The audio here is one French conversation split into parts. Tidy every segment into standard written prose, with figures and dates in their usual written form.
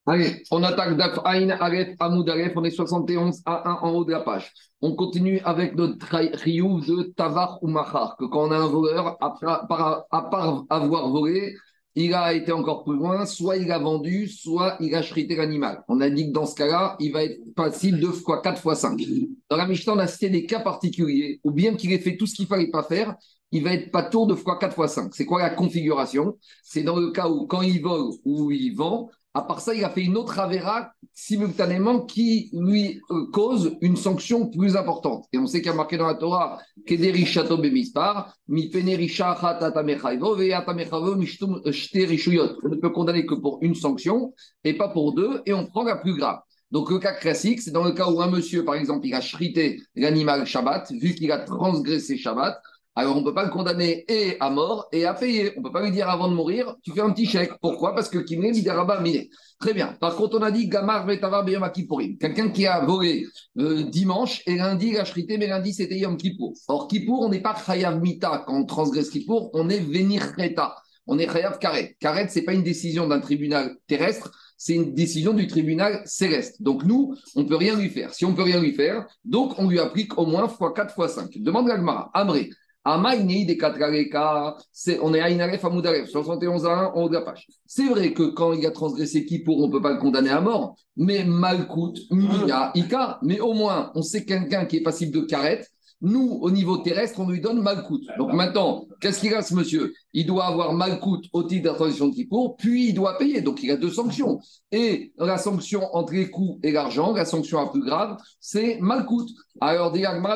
Allez, on attaque Daf Ain, Aleph, Hamoud Aleph, on est 71 à 1 en haut de la page. On continue avec notre riouf de Tavar ou Machar, que quand on a un voleur, à part avoir volé, il a été encore plus loin, soit il a vendu, soit il a chrité l'animal. On a dit que dans ce cas-là, il va être passible 2 fois 4 fois 5. Dans la Mishnah, on a cité des cas particuliers, ou bien qu'il ait fait tout ce qu'il ne fallait pas faire, il va être pas tour 2 fois 4 fois 5. C'est quoi la configuration? C'est dans le cas où, quand il vole ou il vend, à part ça, il a fait une autre avéra simultanément qui lui cause une sanction plus importante. Et on sait qu'il y a marqué dans la Torah Kederi Shato Bemispar, Mi Penerisha Hatatame Ve Atamechavo Mishtum Shte Rishuyot. On ne peut condamner que pour une sanction et pas pour deux, et on prend la plus grave. Donc le cas classique, c'est dans le cas où un monsieur, par exemple, il a chrité l'animal Shabbat, vu qu'il a transgressé Shabbat. Alors, on ne peut pas le condamner et à mort et à payer. On ne peut pas lui dire avant de mourir, tu fais un petit chèque. Pourquoi? Parce que Kimé, Midaraba, Miné. Très bien. Par contre, on a dit Gamar, Vetavar, Beyom Kippourim. Quelqu'un qui a volé dimanche et lundi, il a chrité, mais lundi, c'était Yom Kippour. Or, Kippour, on n'est pas Chayav Mita quand on transgresse Kippour, on est Venir Reta. On est Chayav Karet. Karet, ce n'est pas une décision d'un tribunal terrestre, c'est une décision du tribunal céleste. Donc, nous, on ne peut rien lui faire. Si on ne peut rien lui faire, donc on lui applique au moins x4, x5. Demande l'Agmara. Amré. Amaïni des Katraleka, on est à Inaref à Moudaref, 71 à 1, en haut de la page. C'est vrai que quand il a transgressé Kippour, on ne peut pas le condamner à mort, mais Malkout, Miya, Ika, mais au moins, on sait quelqu'un qui est passible de carette. Nous, au niveau terrestre, on lui donne Malkout. Donc maintenant, qu'est-ce qu'il a ce monsieur? Il doit avoir Malkout au titre de la transition de Kippour, puis il doit payer. Donc il a deux sanctions. Et la sanction entre les coûts et l'argent, la sanction la plus grave, c'est Malkout. Alors,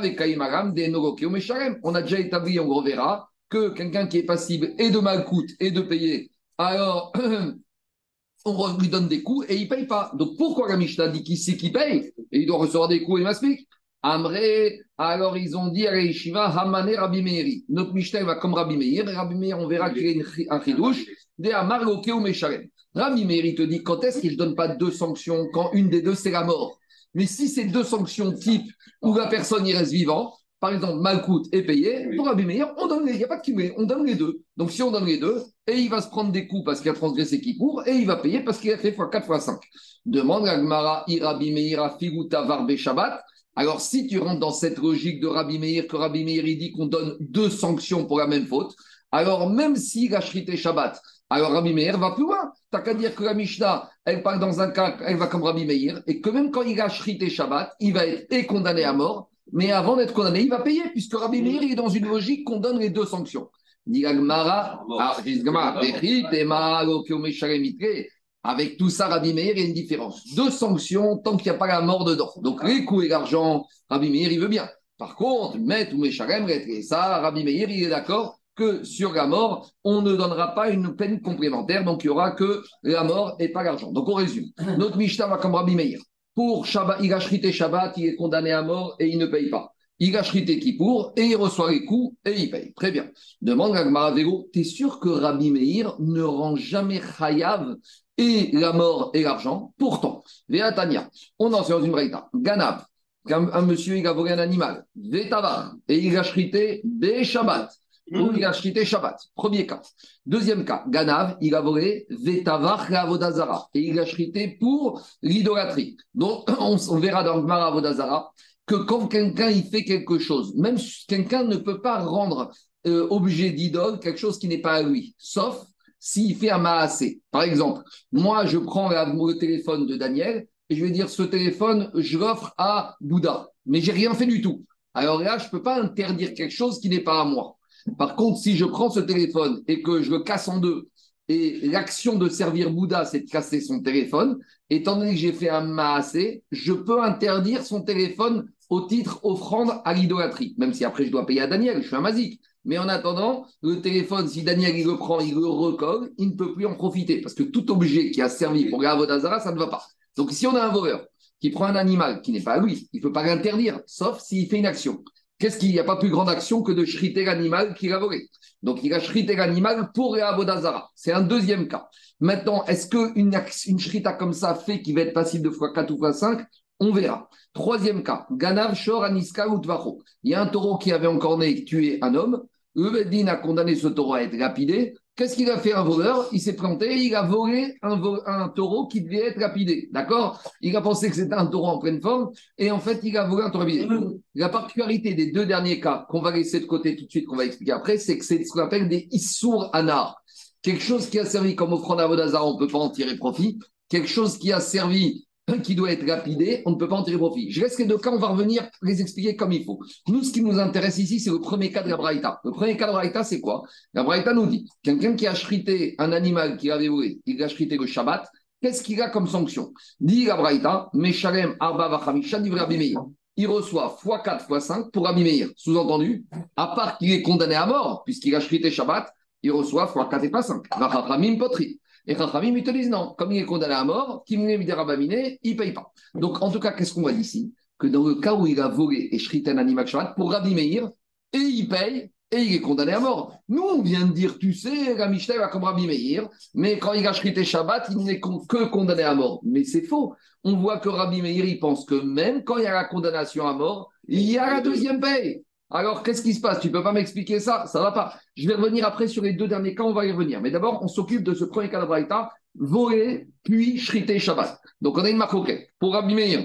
on a déjà établi, on reverra, que quelqu'un qui est passible et de Malkout et de payer, alors on lui donne des coups et il ne paye pas. Donc pourquoi la Mishnah dit qu'ici qui paye et il doit recevoir des coups et m'explique? Amré, alors ils ont dit à la Yeshiva, Hamane Rabbi Meiri. Notre Mishnah va comme Rabbi Meir. Rabbi Meir, on verra qu'il y a un chidouche. De Amar Loke ou Meshalem. Rabbi Meiri te dit quand est-ce qu'il ne donne pas deux sanctions quand une des deux c'est la mort. Mais si c'est deux sanctions type où la personne y reste vivant, par exemple, Malkout est payé, pour Rabbi Meir, on donne il n'y a pas de cumulé, on donne les deux. Donc si on donne les deux, et il va se prendre des coups parce qu'il a transgressé Kippour, et il va payer parce qu'il a fait x4 x 5. Demande à Gmara, Rabbi Meir, Figuta Varbe Shabbat. Alors si tu rentres dans cette logique de Rabbi Meir, que Rabbi Meir il dit qu'on donne deux sanctions pour la même faute, alors même s'il a shrité Shabbat, alors Rabbi Meir va plus loin. T'as qu'à dire que la Mishnah, elle parle dans un cas, elle va comme Rabbi Meir, et que même quand il a shrité Shabbat, il va être condamné à mort, mais avant d'être condamné, il va payer, puisque Rabbi Meir est dans une logique qu'on donne les deux sanctions. Avec tout ça, Rabbi Meir, il y a une différence. Deux sanctions tant qu'il n'y a pas la mort dedans. Donc les coups et l'argent, Rabbi Meir, il veut bien. Par contre, Met ou Meshalem, ça, Rabbi Meir, il est d'accord que sur la mort, on ne donnera pas une peine complémentaire, donc il n'y aura que la mort et pas l'argent. Donc on résume. Notre Mishnah va comme Rabbi Meir. Pour Shabbat, il a shrité Shabbat, il est condamné à mort et il ne paye pas. Il a shrité Kippour et il reçoit les coups et il paye. Très bien. Demande à Gmaravego, t'es sûr que Rabbi Meir ne rend jamais Chayav et la mort et l'argent? Pourtant, Véatania, on en sait dans une braïta. Ganab, un monsieur, il a volé un animal. Vétavar, et il a shrité Bé Shabbat. Ou il a shrité Shabbat. Premier cas. Deuxième cas, Ganav, il a volé Vetavar Avodazara. Et il a shrité pour l'idolâtrie. Donc, on verra dans le Gemara Avodazara que quand quelqu'un il fait quelque chose, même quelqu'un ne peut pas rendre objet d'idole quelque chose qui n'est pas à lui, sauf s'il fait un maasé. Par exemple, moi, je prends le téléphone de Daniel et je vais dire ce téléphone, je l'offre à Bouddha. Mais j'ai rien fait du tout. Alors là, je ne peux pas interdire quelque chose qui n'est pas à moi. Par contre, si je prends ce téléphone et que je le casse en deux, et l'action de servir Bouddha, c'est de casser son téléphone, étant donné que j'ai fait un maasé, je peux interdire son téléphone au titre offrande à l'idolâtrie. Même si après, je dois payer à Daniel, je suis un mazik. Mais en attendant, le téléphone, si Daniel il le prend, il le recolle, il ne peut plus en profiter. Parce que tout objet qui a servi pour la Avodazara, ça ne va pas. Donc si on a un voleur qui prend un animal qui n'est pas à lui, il ne peut pas l'interdire, sauf s'il fait une action. Qu'est-ce qu'il n'y a pas plus grande action que de shriter l'animal qu'il a volé? Donc il a shrité l'animal pour la Avodazara. C'est un deuxième cas. Maintenant, est-ce qu'une shrita comme ça fait qu'il va être passible de x4 ou x5? On verra. Troisième cas, Ganav, Shor, Aniska ou Tvacho. Il y a un taureau qui avait encorné, tué un homme. Le Beddin a condamné ce taureau à être lapidé. Qu'est-ce qu'il a fait un voleur? Il s'est planté, il a volé un taureau qui devait être lapidé. D'accord? Il a pensé que c'était un taureau en pleine forme et en fait, il a volé un taureau lapidé. La particularité des deux derniers cas qu'on va laisser de côté tout de suite, qu'on va expliquer après, c'est que c'est ce qu'on appelle des issour anar. Quelque chose qui a servi comme offrande à Vodazara, on ne peut pas en tirer profit. Quelque chose qui a servi qui doit être lapidé, on ne peut pas en tirer profit. Je laisse les deux cas, on va revenir les expliquer comme il faut. Nous, ce qui nous intéresse ici, c'est le premier cas de la Braïta. Le premier cas de la Braïta, c'est quoi? La Braïta nous dit, quelqu'un qui a chrité un animal qu'il avait volé, il a chrité le Shabbat, qu'est-ce qu'il a comme sanction? Dit la Braïta, Meshalem Arba Vachamisha Divre Abimeir. Il reçoit x4, x5 pour Abimeir. Sous-entendu, à part qu'il est condamné à mort, puisqu'il a chrité Shabbat, il reçoit x4 et x5. Vachachamim Potri. Et Rachamim, ils te disent non. Comme il est condamné à mort, il ne paye pas. Donc, en tout cas, qu'est-ce qu'on voit d'ici? Que dans le cas où il a volé et shrité un animal Shabbat, pour Rabbi Meir, et il paye, et il est condamné à mort. Nous, on vient de dire, tu sais, la Mishnah va comme Rabbi Meir, mais quand il a shrité Shabbat, il n'est que condamné à mort. Mais c'est faux. On voit que Rabbi Meir, il pense que même quand il y a la condamnation à mort, il y a la deuxième paye. Alors, qu'est-ce qui se passe? Tu ne peux pas m'expliquer ça? Ça ne va pas. Je vais revenir après sur les deux derniers cas, on va y revenir. Mais d'abord, on s'occupe de ce premier cas de Braïta, voler, puis shriter Shabbat. Donc, on a une marque pour Rabbi Meir.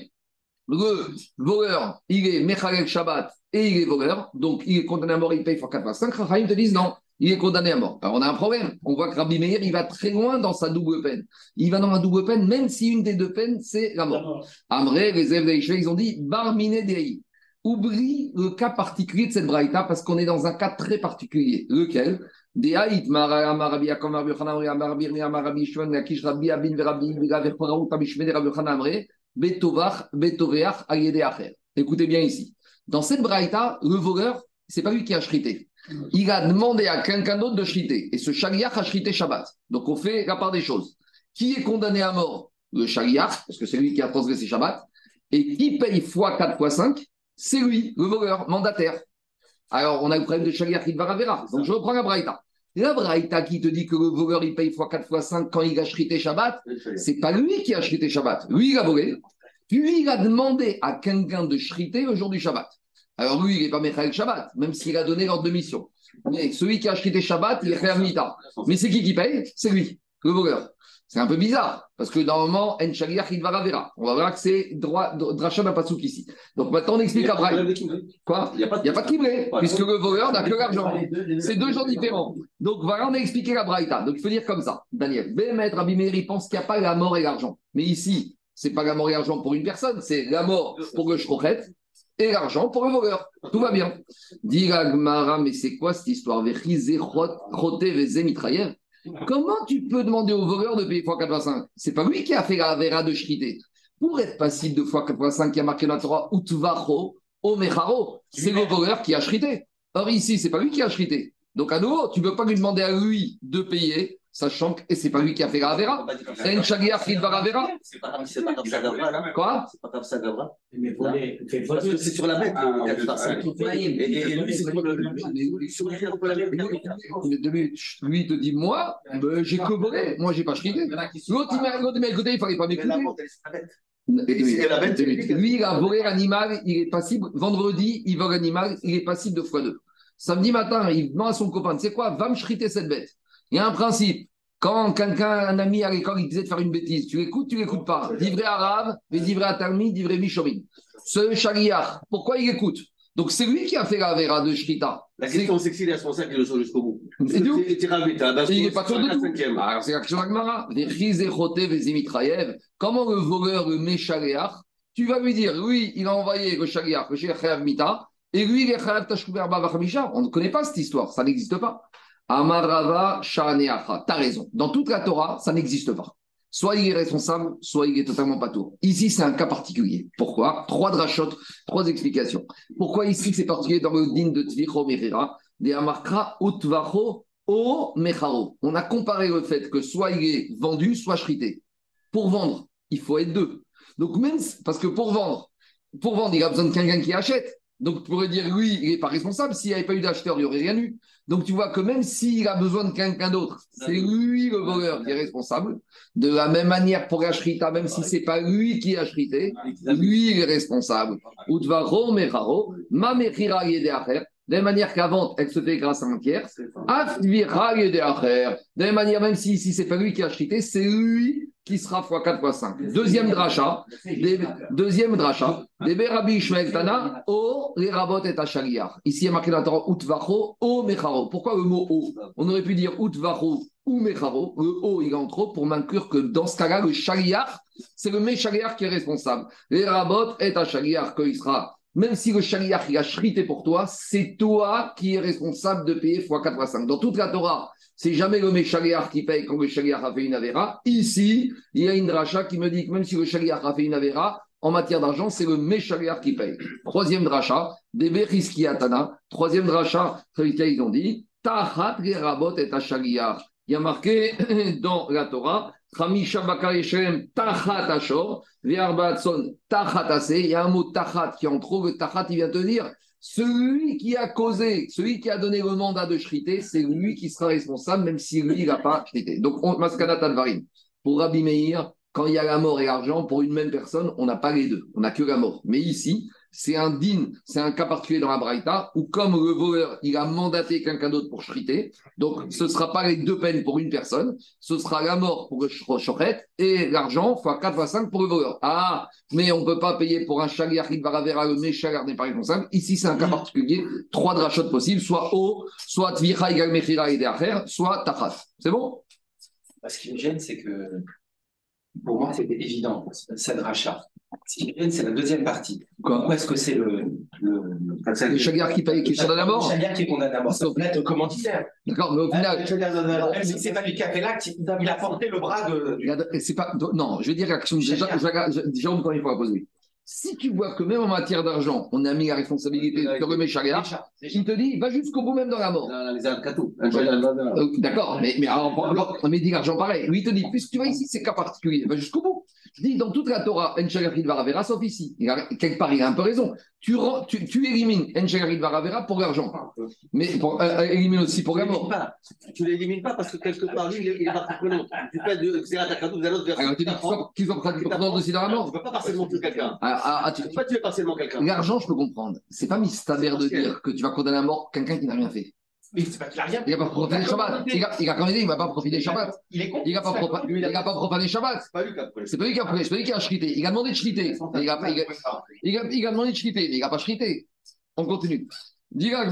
Le voleur, il est Mechalel Shabbat et il est voleur. Donc, il est condamné à mort, il paye pour 4,5. Chachamim te disent non, il est condamné à mort. Alors, on a un problème. On voit que Rabbi Meir, il va très loin dans sa double peine. Il va dans la double peine, même si une des deux peines, c'est la mort. Amré, les élèves d'Aïchvé, ils ont dit Barmine Dei. Oublie le cas particulier de cette braïta parce qu'on est dans un cas très particulier. Lequel? Des haït, marabi, akam, rabbi Yochanan, marabi, marabi, shvan, lakish, rabbi, abin, verabi, vega, verporaout, abishmede, rabbi Yochanan, betovach, betoveach, ayede acher. Écoutez bien ici. Dans cette braïta, le voleur, c'est pas lui qui a shrité. Il a demandé à quelqu'un d'autre de shriter. Et ce shaliach a shrité Shabbat. Donc on fait la part des choses. Qui est condamné à mort? Le shaliach, parce que c'est lui qui a transgressé Shabbat. Et qui paye x4, x5? C'est lui, le voleur, mandataire. Alors, on a le problème de Shaliach Idvaravera. Donc, je reprends la Braïta. La Braïta qui te dit que le voleur, il paye x4, x5 quand il a shrité Shabbat, c'est pas lui qui a shrité Shabbat. Lui, il a volé. Puis, il a demandé à quelqu'un de shriter le jour du Shabbat. Alors, lui, il n'est pas Mechael Shabbat, même s'il a donné l'ordre de mission. Mais celui qui a shrité Shabbat, il est Khayav Mita. Mais c'est qui paye? C'est lui, le voleur. C'est un peu bizarre, parce que normalement, En Shaliach Idvaravera. On va voir que c'est Dracha n'a pas de souk ici. Donc maintenant, on explique à Braï. Quoi? Il n'y a pas de kibré, puisque le voleur n'a que l'argent. C'est deux gens différents. Donc voilà, on a expliqué la Braïta. Donc il faut dire comme ça, Daniel. Bémet, Rabbi Meir, il pense qu'il n'y a pas la mort et l'argent. Mais ici, ce n'est pas la mort et l'argent pour une personne, c'est la mort pour le shrochet et l'argent pour le voleur. Tout va bien. Dit Gmara, mais c'est quoi cette histoire? Comment tu peux demander au voleur de payer x4,5? C'est pas lui qui a fait la vera de shrité. Pour être passible de x4,5 qui a marqué dans la Torah, Utvacho, Omecharo, c'est le voleur qui a shrité. Or ici, c'est pas lui qui a shrité. Donc à nouveau, tu ne peux pas lui demander à lui de payer, sachant que c'est pas lui qui a fait la avera. C'est une chagiach qui va la avera. C'est pas comme ça Gavra, là. Quoi? C'est pas comme ça Gavra. Parce que c'est sur la bête, le 4,5. Et lui, c'est pour le. Lui, il te dit, moi, j'ai que volé. Moi, j'ai pas shrité. L'autre, il m'a écouté, il fallait pas m'écouter. Lui, il a volé l'animal, il est passible. Vendredi, il vole l'animal, il est passible de x2. Samedi matin, il demande à son copain, tu sais quoi, va me shriter cette bête. Il y a un principe. Quand quelqu'un, un ami à l'école, il disait de faire une bêtise, tu l'écoutes pas. Divrei arabe, divrei atalmi, divrei mishorim. Ce shaliach, pourquoi il écoute? Donc c'est lui qui a fait la vera de shrita. La question, c'est que s'il est responsable, il le sort jusqu'au bout. Et du coup, il n'est pas sûr de tout. Alors c'est la question d'Agmara. Comment le voleur, le méchaliach, tu vas lui dire, oui, il a envoyé le shaliach, le shaliach mita, et lui, il est chayav tashkuber bavachamisha. On ne connaît pas cette histoire, ça n'existe pas. Amarava sha'aneacha. T'as raison. Dans toute la Torah, ça n'existe pas. Soit il est responsable, soit il est totalement pas tour. Ici, c'est un cas particulier. Pourquoi? 3 drachot, 3 explications. Pourquoi ici, c'est particulier dans le din de Tvicho Mechera, des Amarkra Utvacho O Mecharo. On a comparé le fait que soit il est vendu, soit shrité. Pour vendre, il faut être deux. Donc, même, parce que pour vendre, il a besoin de quelqu'un qui achète. Donc, tu pourrais dire, lui, il n'est pas responsable. S'il n'y avait pas eu d'acheteur, il n'y aurait rien eu. Donc, tu vois que même s'il a besoin de quelqu'un d'autre, c'est lui, le voleur, qui est responsable. De la même manière, pour la shrita, même si ce n'est pas lui qui a shrité, lui, il est responsable. De la même manière qu'avant, elle se fait grâce à un tiers. De la même manière, même si c'est pas lui qui a chrité, c'est lui qui sera x4 x 5. Deuxième dracha. Des Rabbi Ishmael Tana, O, les rabot et Achaliar. Ici, il y a marqué dans la Torah, Utvacho, O, Mecharo. Pourquoi le mot O? On aurait pu dire Utvacho ou Mecharo. Le O, il est en trop pour m'inclure que dans ce cas-là, le Chaliar, c'est le Mechaliar qui est responsable. Les rabot et Achaliar, qu'il sera. Même si le Chaliar il a chrité pour toi, c'est toi qui es responsable de payer x4 x 5. Dans toute la Torah, c'est jamais le Meshaliach qui paye quand le Shaliach a fait une Avera. Ici, il y a une dracha qui me dit que même si le Shaliach a fait une Avera, en matière d'argent, c'est le Meshaliach qui paye. Troisième dracha, des Beriskiatana. Troisième dracha, ils ont dit, Tachat Gerabot et Ashaliach. Il y a marqué dans la Torah, Chamisha Bakar Yeshem Tachat Ashor, Ve'arbaatson Tachat Ase. Il y a un mot Tachat qui est en trop. Le Tachat, il vient te dire, celui qui a causé, celui qui a donné le mandat de shriter, c'est lui qui sera responsable, même si lui, il n'a pas shrité. Donc, Maskanat Advarim. Pour Rabbi Meir, quand il y a la mort et l'argent, pour une même personne, on n'a pas les deux. On n'a que la mort. Mais ici, c'est un din, c'est un cas particulier dans la Braïta, où comme le voleur, il a mandaté quelqu'un d'autre pour shriter, donc ce ne sera pas les deux peines pour une personne, ce sera la mort pour le shochet et l'argent, fois 4 fois 5 pour le voleur. Ah, mais on ne peut pas payer pour un chaliar qui va ravera, le méchaliar n'est pas responsable. Ici, c'est un cas particulier, 3 drachot possibles, soit O, soit tvicha égal mechira et derrière, soit tachat. C'est bon? Ce qui me gêne, c'est que pour moi, c'était évident, cette rachat. Ce qui me gêne, c'est la deuxième partie. Pourquoi est-ce que c'est le chaliar qui paye, qui est condamné à mort? Le chaliar qui est condamné à mort. Ça peut être commanditaire. D'accord, mais au final. C'est pas lui qui a fait l'acte, il a porté le bras de. C'est pas, non, je vais dire l'action. Déjà, on ne pas poser. Si tu vois que même en matière d'argent, on a mis la responsabilité sur le méchaliar, il te dit, va jusqu'au bout même dans la mort. D'accord, mais dit l'argent pareil. Lui, il te dit, puisque tu vois ici, c'est cas particulier, va jusqu'au bout. Je dis, dans toute la Torah, Enchagarit Varavera, sauf ici. Quelque part, il a un peu raison. Tu élimines Enchagarit Varavera pour l'argent. Mais élimine aussi pour la mort. Tu ne l'élimines pas parce que quelque part, lui, il est partie prenante. Tu fais de Xeratakatou vers l'autre version. Alors, tu dis qu'ils sont prenants aussi dans la mort. Tu ne peux pas partiellement tuer quelqu'un. Tu ne peux pas tuer partiellement quelqu'un. L'argent, je peux comprendre. C'est pas mystère de dire que tu vas condamner à mort quelqu'un qui n'a rien fait. Mais c'est pas qu'il a rien. Il n'a pas profané Shabbat. Il a quand même dit, il ne va pas profiter Shabbat. Il n'a pas profané Shabbat. C'est pas lui qui a profité. C'est pas lui qui a shrité. Il a demandé de shriter. Il a demandé de shriter, mais il n'a pas shrité. On continue. Diga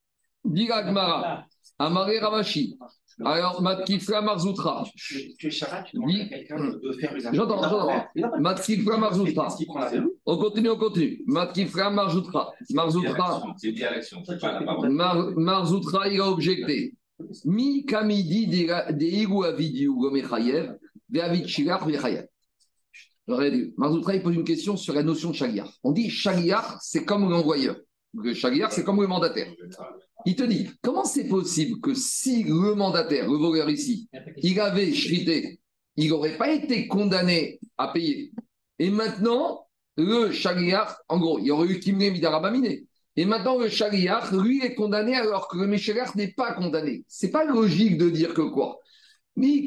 Gmara. Amaré Ravashi. Alors, Matkifra Marzoutra. Tu es Shabbat, tu demandes à quelqu'un de faire une J'entends. Matkifra Marzoutra. On continue. Matkifra Marzoutra. C'est une direction, c'est pas la parole. Marzoutra, il a objecté. Mi Kamidi de Igu Avidiu Gomechayev, Ve'avid Shigar Vechayev. Marzoutra, il pose une question sur la notion de Shaliar. On dit Shaliar, c'est comme l'envoyeur. Le Shaliar, c'est comme le mandataire. Il te dit, comment c'est possible que si le mandataire, le voleur ici, il avait shrité, il n'aurait pas été condamné à payer. Et maintenant, le Shaliach, en gros, il y aurait eu Kimre Midarabamine. Et maintenant, le Shaliach, lui, est condamné alors que le Meshaliach n'est pas condamné. C'est pas logique de dire que quoi. Mais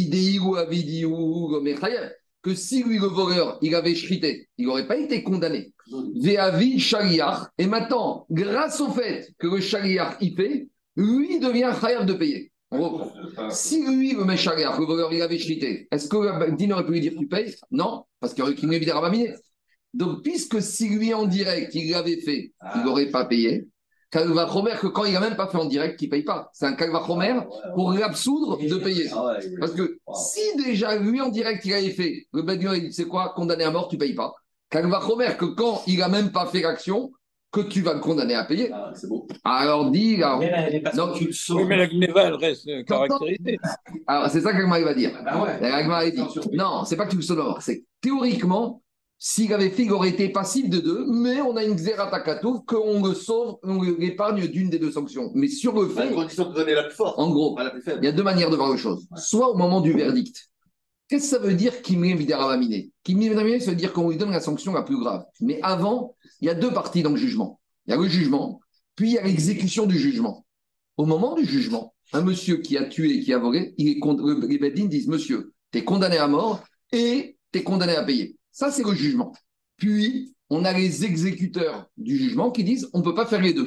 que si lui, le voleur, il avait shrité, il n'aurait pas été condamné. Ve'avid Shaliach. Et maintenant, grâce au fait que le Shaliach y fait, lui devient chayav de payer. En gros, si lui, le Meshaliach, le voleur, il avait shrité, est-ce que le dîner aurait pu lui dire tu payes? Non, parce qu'il aurait pu rabaminer. Donc, puisque si lui en direct, il l'avait fait, il n'aurait pas payé. Kalva Chomer, que quand il n'a même pas fait en direct, il ne paye pas. C'est un Kalva Chomer pour l'absoudre de payer. Parce que si déjà lui en direct, il avait fait, le Bedouin, il dit c'est quoi, condamné à mort, tu ne payes pas. Kalva Chomer, que quand il n'a même pas fait l'action, que tu vas le condamner à payer. C'est beau. Alors dis. Alors, donc, oui, mais la Gneva, elle reste caractérisée. Alors c'est ça qu'Agma va dire. Agma dit non, c'est pas que tu le sauves d'abord. C'est théoriquement. S'il avait fait, il aurait été passif de 2, mais on a une xératakatouf qu'on le sauve, on l'épargne d'une des 2 sanctions. Mais sur le fait. La condition de donner la plus forte. En gros, il y a 2 manières de voir les choses. Soit au moment du verdict. Qu'est-ce que ça veut dire Kimri Vidarabamine? Kimri Vidarabamine, ça veut dire qu'on lui donne la sanction la plus grave. Mais avant, il y a 2 parties dans le jugement. Il y a le jugement, puis il y a l'exécution du jugement. Au moment du jugement, un monsieur qui a tué et qui a volé, les Bedin disent monsieur, tu es condamné à mort et tu es condamné à payer. Ça, c'est le jugement. Puis, on a les exécuteurs du jugement qui disent on ne peut pas faire les 2.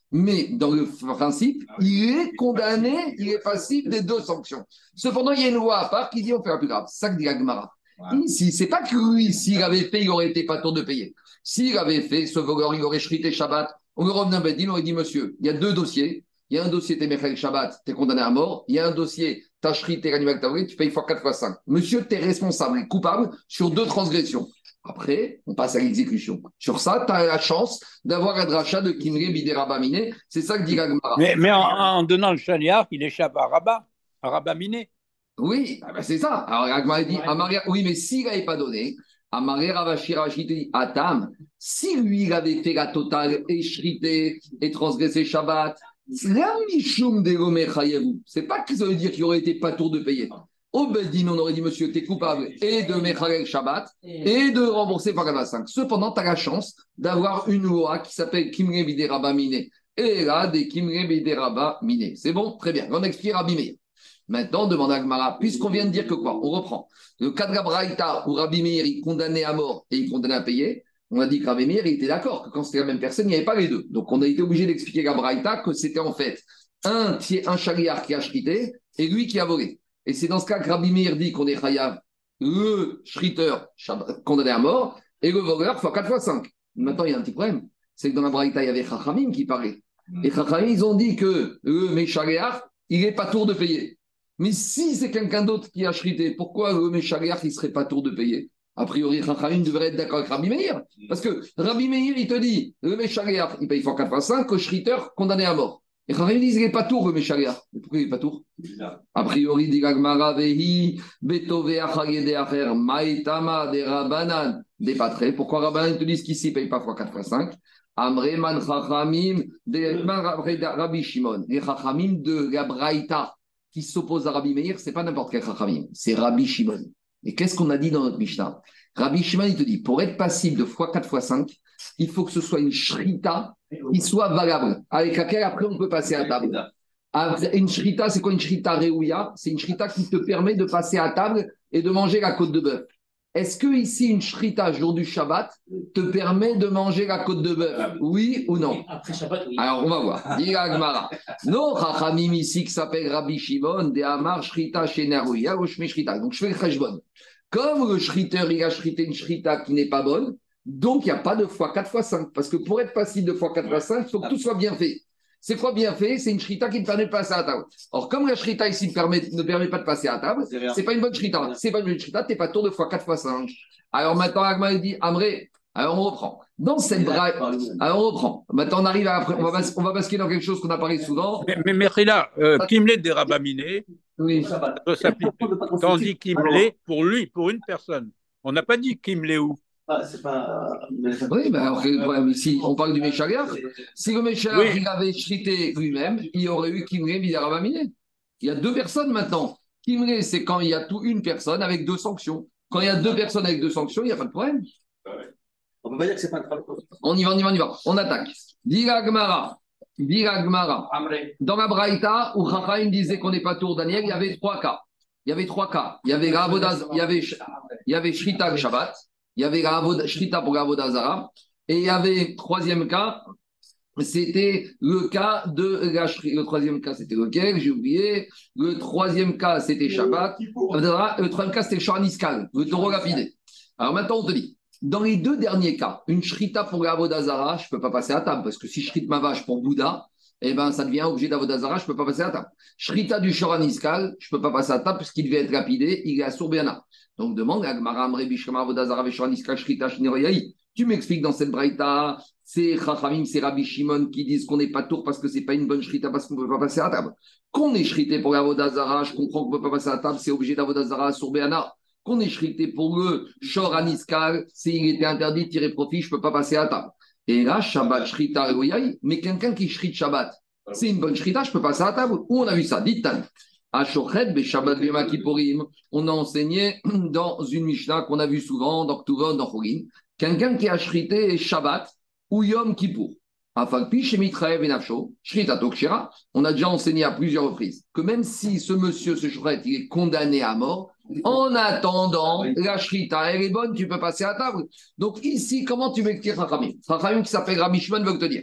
Mais dans le principe, il est condamné, il est passible des deux sanctions. Cependant, il y a une loi à part qui dit on fait la plus grave. C'est ça que dit la Gemara. Ici, c'est pas que lui, s'il avait fait, il aurait été pas tour de payer. S'il avait fait ce voleur, il aurait shrité Shabbat. On aurait revenu à Bedin, on aurait dit monsieur, il y a deux dossiers. Il y a un dossier, t'es Mechel Shabbat, t'es condamné à mort. Il y a un dossier, t'as shrité l'animal que t'as volé, tu payes fois 4 fois 5. Monsieur, t'es responsable et coupable sur deux transgressions. Après, on passe à l'exécution. Sur ça, tu as la chance d'avoir un dracha de Kimre Bidérabamine. C'est ça que dit la Gemara. Mais en donnant le chaniard, il échappe à Rabat Miné. Oui, ah ben c'est ça. Alors la Gemara dit, Amaria, oui, mais s'il n'avait pas donné, Amaria Ravashi Ravashi te dit, Atam, si lui il avait fait la totale et shrité et transgressé Shabbat, c'est pas que ça veut dire qu'il aurait été pas tour de payer. Au Bedin, on aurait dit, monsieur, tu es coupable et de Mechalel Shabbat et de rembourser par 5. Cependant, tu as la chance d'avoir une loi qui s'appelle Kimre Bidéraba Mine. Et là, des Kimre Bidéraba Mine. C'est bon? Très bien. On explique Rabbi Meir. Maintenant, on demande à Gemara, puisqu'on vient de dire que quoi? On reprend. Le cas de la Braïta où Rabbi Meir est condamné à mort et il est condamné à payer, on a dit que Rabbi Meir était d'accord, que quand c'était la même personne, il n'y avait pas les deux. Donc, on a été obligé d'expliquer à la Braïta que c'était en fait un chariard qui a chrité et lui qui a volé. Et c'est dans ce cas que Rabbi Meir dit qu'on est chayav, le shriter condamné à mort, et le voleur fois 4 fois 5. Maintenant, il y a un petit problème. C'est que dans la Braïta, il y avait Chachamim qui parlait. Et Chachamim, ils ont dit que le Méchaléach, il n'est pas tour de payer. Mais si c'est quelqu'un d'autre qui a shrité, pourquoi le Méchaléach, il ne serait pas tour de payer? A priori, Chachamim devrait être d'accord avec Rabbi Meir. Parce que Rabbi Meir, il te dit, le Méchaléach, il paye fois 4 fois 5, le shriter condamné à mort. Et quand ils disent qu'il n'est pas tour, le Méchaléach. Mais pourquoi il n'est pas tour? A priori, dit Gagmara Vehi, Betove Achagede Acher, Maïtama, des Rabanan, des Patrés. Pourquoi Rabanan te disent qu'ici, il ne paye pas fois 4 fois 5? Amreman Chachamim, des Rabbi Shimon. Les Chachamim de la Braïta qui s'opposent à Rabbi Meir, ce n'est pas n'importe quel Chachamim, c'est Rabbi Shimon. Et qu'est-ce qu'on a dit dans notre Mishnah? Rabbi Shimon, il te dit, pour être passible de fois 4 fois 5, il faut que ce soit une shrita qui soit valable, avec laquelle après on peut passer à table. Une shrita, c'est quoi une shrita réouya? C'est une shrita qui te permet de passer à table et de manger la côte de bœuf. Est-ce que ici une shrita jour du Shabbat te permet de manger la côte de bœuf? Oui ou non? Après Shabbat, oui. Alors on va voir. Dis la Gemara. Non, Chachamim ici qui s'appelle Rabbi Shimon, de Amar shrita chez Nerouya ou Shme shrita. Donc je fais le cheshbon. Comme le shriter il a shrité une shrita qui n'est pas bonne, donc il n'y a pas de fois 4 fois 5. Parce que pour être facile de fois 4 fois 5, il faut que tout soit bien fait. C'est quoi bien fait? C'est une shrita qui ne permet de passer à table. Or, comme la shrita ici ne permet pas de passer à table, c'est pas une bonne shrita. C'est pas une bonne shrita, tu n'es pas tour de fois 4 fois 5. Alors maintenant, Agma dit, Amré, alors on reprend. Dans cette braille, alors on reprend. Maintenant, on arrive à après, on va basculer dans quelque chose qu'on a parlé souvent. Mais là, Kimlé des Rabat Miné, Oui. ça doit s'appliquer. Quand on dit Kimlé, pour lui, pour une personne, on n'a pas dit Kimlé où. Ah, c'est pas. Oui, mais alors, le problème ici, on parle du Méchaléach. Si le Méchaléach il avait shrité lui-même, il y aurait eu Kimré Bidarabamine. Il y a deux personnes maintenant. Kimré, c'est quand il y a une personne avec deux sanctions. Quand il y a deux personnes avec deux sanctions, il n'y a pas de problème. On ne peut pas dire que c'est pas grave. On y va. On attaque. Dira Gmara. Dans la Braïta, où Chachamim disait qu'on n'est pas tour Daniel, il y avait trois cas. Il y avait Shrita Shabbat. Il y avait la Shrita pour la Vodazara. Et il y avait troisième cas, c'était le cas de la Shrita. Le troisième cas, c'était lequel? J'ai oublié. Le troisième cas, c'était Shabbat. Le troisième cas, c'était le Shoraniskal, le taureau lapidé. Alors maintenant, on te dit, dans les deux derniers cas, une Shrita pour la Vodazara, je ne peux pas passer à table, parce que si je shrite ma vache pour Bouddha, eh ben, ça devient objet d'Avodazara, je ne peux pas passer à table. Shrita du Shoraniskal, je ne peux pas passer à table, parce qu'il devait être lapidé, il est à Sourbiana. Donc demande à Gmaram Rebishkama Vodazara Veshoraniskal Shrita Shiniroyaï. Tu m'expliques dans cette braïta, c'est Chachamim, c'est Rabbi Shimon qui disent qu'on n'est pas tour parce que ce n'est pas une bonne shrita parce qu'on ne peut pas passer à table. Qu'on est shrité pour la Vodazara, je comprends qu'on ne peut pas passer à table, c'est obligé d'Avodazara sur Béana. Qu'on est shrité pour le Shor Aniskal, s'il était interdit de tirer profit, je ne peux pas passer à table. Et là, Shabbat Shrita Reoyaï, mais quelqu'un qui shrite Shabbat, c'est une bonne shrita, je peux passer à table. Où on a vu ça? Dites-tan. Ashochet be Shabbat Bema Kippurim, on a enseigné dans une Mishnah qu'on a vu souvent, dans Ktuvot, dans Chorin, quelqu'un qui a shrité Shabbat ou Yom Kippour. Afalpi Shemitraev Benafsho, Shrita Tokshira, on a déjà enseigné à plusieurs reprises que même si ce monsieur, ce shret, il est condamné à mort, en attendant, la Shrita, elle est bonne, tu peux passer à table. Donc ici, comment tu m'expliques Chachamim? Chachamim qui s'appelle Rabbi Shimon veut te dire,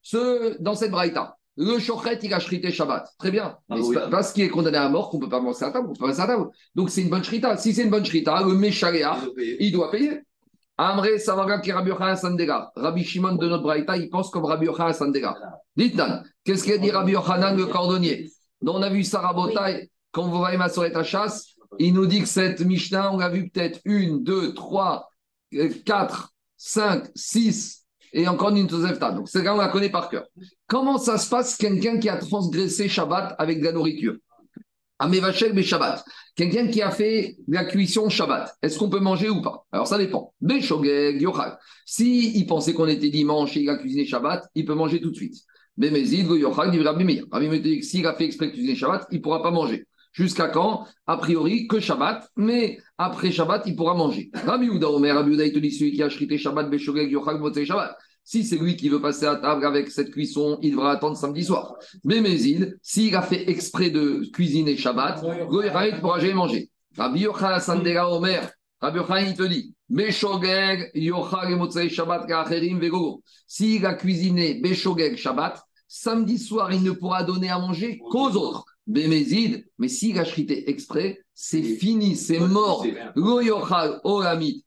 Dans cette braïta, le shochet, il a shrité Shabbat. Très bien. Mais oui. c'est pas parce qu'il est condamné à mort qu'on ne peut pas manger à table. On peut pas passer à table. Donc c'est une bonne shrita. Si c'est une bonne shrita, le Meshaléa, il doit payer. Amré Savaga qui Rabbi Yochanan Sandega. Rabbi Shimon de notre braïta, il pense comme Rabbi Yochanan Sandega. Dites-nous, qu'est-ce qu'il a dit Rabbi Yochanan, le cordonnier? Donc on a vu Sarah Botaï, quand vous voyez ma soirée à chasse, il nous dit que cette Mishnah, on l'a vu peut-être 1, 2, 3, 4, 5, 6 et encore une Tosefta. Donc c'est là on la connaît par cœur. Comment ça se passe quelqu'un qui a transgressé Shabbat avec de la nourriture? Amevachel be Shabbat. Quelqu'un qui a fait de la cuisson Shabbat. Est-ce qu'on peut manger ou pas? Alors ça dépend. Beshogeg, Yochal. Si il pensait qu'on était dimanche et il a cuisiné Shabbat, il peut manger tout de suite. Bemezid, Yochal, dit Rabbi Meir. Rabbi Meir dit que s'il a fait exprès de cuisiner Shabbat, il ne pourra pas manger. Jusqu'à quand? A priori, que Shabbat, mais après Shabbat, il pourra manger. Rabbi Ouda Omer, Rabbi Ouda, il te dit celui qui a shrité Shabbat, Beshogeg, Yochal, Motzei Shabbat. Si c'est lui qui veut passer à table avec cette cuisson, il devra attendre samedi soir. Mais Mézid, s'il a fait exprès de cuisiner Shabbat, Goïraï ne pourra jamais manger. Rabbi Yochanan Sandera Omer, Rabbi Yochanan il te dit, Beshogeg, Yochal et Motzei Shabbat, Ka'acherim, Vegogo. S'il a cuisiné Beshogeg Shabbat, samedi soir, il ne pourra donner à manger qu'aux autres. Bémézid, mais s'il a chrité exprès, c'est fini, c'est mort. Lo Yochal Olamit.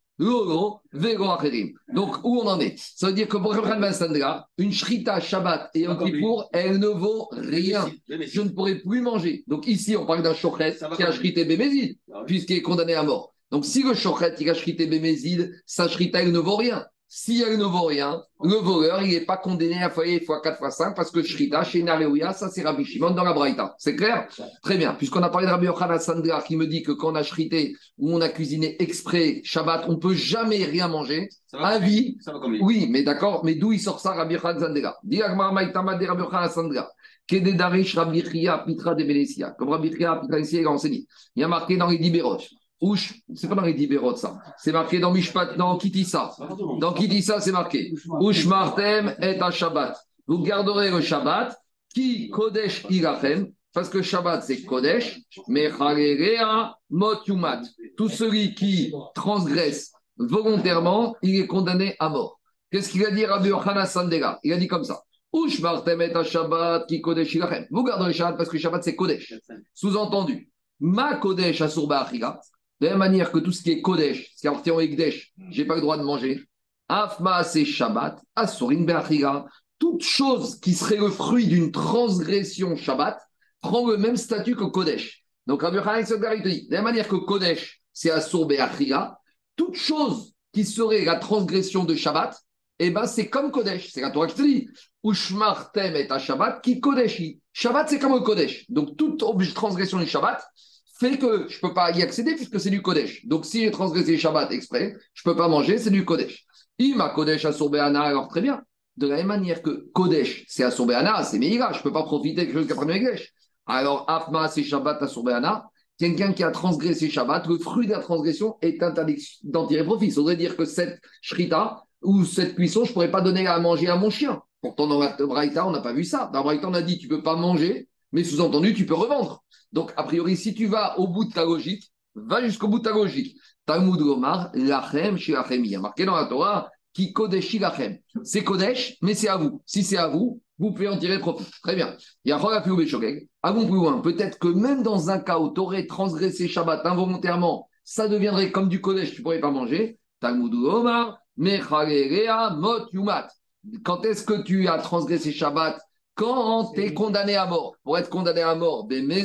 Donc, où on en est? Ça veut dire que pour Rabbi Sandra, une shrita Shabbat et un Kippour, elle ne vaut rien. Je ne pourrai plus manger. Donc, ici, on parle d'un shochet qui a shrité Bémézid, puisqu'il est condamné à mort. Donc, si le shochet, il a shrité Bémézid, sa shrita, elle ne vaut rien. Si elle ne vaut rien, le voleur, il n'est pas condamné à foyer x4 x5 parce que Shrita, chez Nareouya, ça c'est Rabbi Shimon dans la Braïta. C'est clair? Très bien. Puisqu'on a parlé de Rabbi Yochanan Sandra qui me dit que quand on a shrité ou on a cuisiné exprès Shabbat, on ne peut jamais rien manger. Avis. Oui, mais d'accord. Mais d'où il sort ça, Rabbi Yochanan Sandra? Diagmar Maïtama de Rabbi Yochanan Sandra. Kededarish Rabbi Chia Pitra de Benesia. Comme Rabbi Chia Pitra de Benesia, il a enseigné. Il y a marqué dans les Dibérot. C'est pas dans les Dibérot, ça. C'est marqué dans Mishpat, dans Kitissa. Dans Kitissa, c'est marqué. Ush Martem et à Shabbat. Vous garderez le Shabbat, qui Kodesh Ilachem, parce que Shabbat c'est Kodesh, mais Charerea Mot Yumat. Tout celui qui transgresse volontairement, il est condamné à mort. Qu'est-ce qu'il a dit Rabbi Yochanan Sandera? Il a dit comme ça. Ush Martem et à Shabbat, qui Kodesh Ilachem. Vous garderez le Shabbat parce que Shabbat c'est Kodesh. Sous-entendu, Ma Kodesh Asurba Achila. De la même manière que tout ce qui est Kodesh, ce qui appartient au Ekdesh, je n'ai pas le droit de manger. Afma, c'est Shabbat, Asurin Be'achira. Toute chose qui serait le fruit d'une transgression Shabbat prend le même statut que Kodesh. Donc, Rabbi Yochanan il te dit, de la même manière que Kodesh, c'est Asur Be'achira, toute chose qui serait la transgression de Shabbat, eh ben, c'est comme Kodesh. C'est la Torah qui te dit. Ushmar tem et Shabbat qui Kodeshi. Shabbat, c'est comme le Kodesh. Donc, toute transgression du Shabbat fait que je ne peux pas y accéder puisque c'est du Kodesh. Donc, si j'ai transgressé Shabbat exprès, je ne peux pas manger, c'est du Kodesh. Ima Kodesh Asur Be'ana, alors très bien. De la même manière que Kodesh, c'est Asur Be'ana, c'est Meïra, je ne peux pas profiter de quelque chose qui appartient au Ekdesh. Alors, Afma, c'est Shabbat Asur Be'ana. Quelqu'un qui a transgressé Shabbat, le fruit de la transgression est interdit d'en tirer profit. Ça voudrait dire que cette shrita ou cette cuisson, je ne pourrais pas donner à manger à mon chien. Pourtant, dans la Braïta, on n'a pas vu ça. Dans la Braïta, on a dit tu ne peux pas manger, mais sous-entendu, tu peux revendre. Donc, a priori, si tu vas au bout de ta logique, va jusqu'au bout de ta logique. Talmud Gomar, Lachem, Shilachem. Il y a marqué dans la Torah, qui Kodesh Shilachem. C'est Kodesh, mais c'est à vous. Si c'est à vous, vous pouvez en tirer profit. Très bien. Il y a Rogapiou Beshogeg. Allons plus loin. Peut-être que même dans un cas où tu aurais transgressé Shabbat involontairement, ça deviendrait comme du Kodesh, tu ne pourrais pas manger. Talmud Gomar, Mechalerea, Mot Yumat. Quand est-ce que tu as transgressé Shabbat? Quand tu es condamné à mort. Pour être condamné à mort,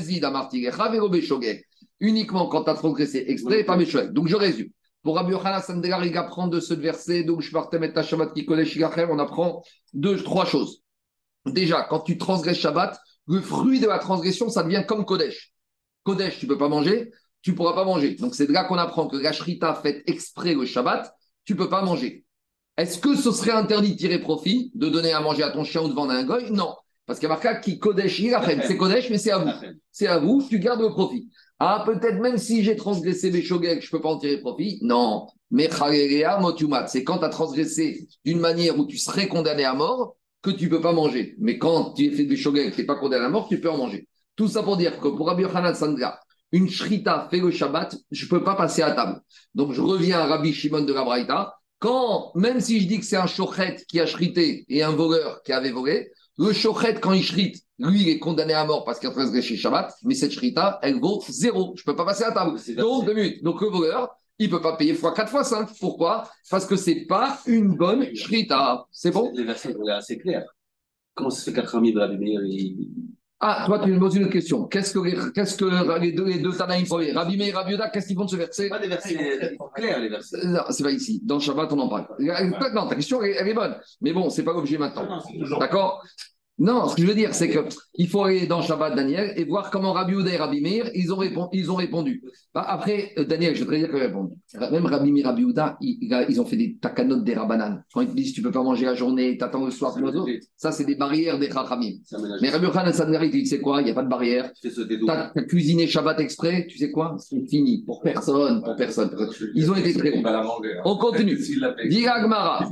uniquement quand tu as transgressé exprès et pas Beshogeg. Donc je résume. Pour Rabbi Yochanan Sandela, il apprend de ce verset, donc je partais mettre ta Shabbat qui connaît Shilachem, on apprend trois choses. Déjà, quand tu transgresses Shabbat, le fruit de la transgression, ça devient comme Kodesh. Kodesh, tu ne peux pas manger, tu ne pourras pas manger. Donc c'est de là qu'on apprend que la shrita faite exprès le Shabbat, tu ne peux pas manger. Est-ce que ce serait interdit de tirer profit, de donner à manger à ton chien ou de vendre à un goy? Non. Parce qu'il y a marqué qui Kodesh, c'est Kodesh, mais c'est à vous. C'est à vous, tu gardes le profit. Ah, peut-être même si j'ai transgressé Beshogeg, je ne peux pas en tirer profit. Non. Mais c'est quand tu as transgressé d'une manière où tu serais condamné à mort que tu ne peux pas manger. Mais quand tu es fait Beshogeg, tu n'es pas condamné à mort, tu peux en manger. Tout ça pour dire que pour Rabbi Yochanan Sandra, une shrita fait le Shabbat, je ne peux pas passer à table. Donc je reviens à Rabbi Shimon de la Braïta. Même si je dis que c'est un shochet qui a shrité et un voleur qui avait volé, le shochet, quand il shrite, lui, il est condamné à mort parce qu'il a transgressé Shabbat, mais cette shrita, elle vaut 0. Je ne peux pas passer à table. Donc, 2 minutes. Donc, le voleur, il ne peut pas payer x4, x5. Pourquoi? Parce que ce n'est pas une bonne shrita. C'est bon? Les versets sont assez clairs. Comment ça se fait qu'Achrami de Rabbi Meir, Ah, toi, tu me poses une autre question. Qu'est-ce que les deux Tanaïm font? Rabbi Meir et Rabbi Yehuda, qu'est-ce qu'ils font de ce verset? pas des versets clairs, les versets. Non, c'est pas ici. Dans le Shabbat, on en parle. Non, ta question, elle est bonne. Mais bon, c'est pas l'objet maintenant. D'accord? Non, ce que je veux dire, c'est qu'il faut aller dans Shabbat, Daniel, et voir comment Rabbi Yehuda et Rabbi Meir, ils ont répondu. Bah, après, Daniel, je voudrais dire qu'ils ont répondu. Même Rabbi Meir et Rabbi Yehuda, ils ont fait des takanot des Rabbanan. Quand ils te disent tu peux pas manger la journée, t'attends le soir, ça, c'est des barrières des Chachamim. Mais Rabbi Yochanan Sangarit, il dit, tu sais quoi, il n'y a pas de barrière. T'as cuisiné Shabbat exprès, tu sais quoi, c'est fini. Pour personne. Ils ont été très bons. On continue. Diga Gmara,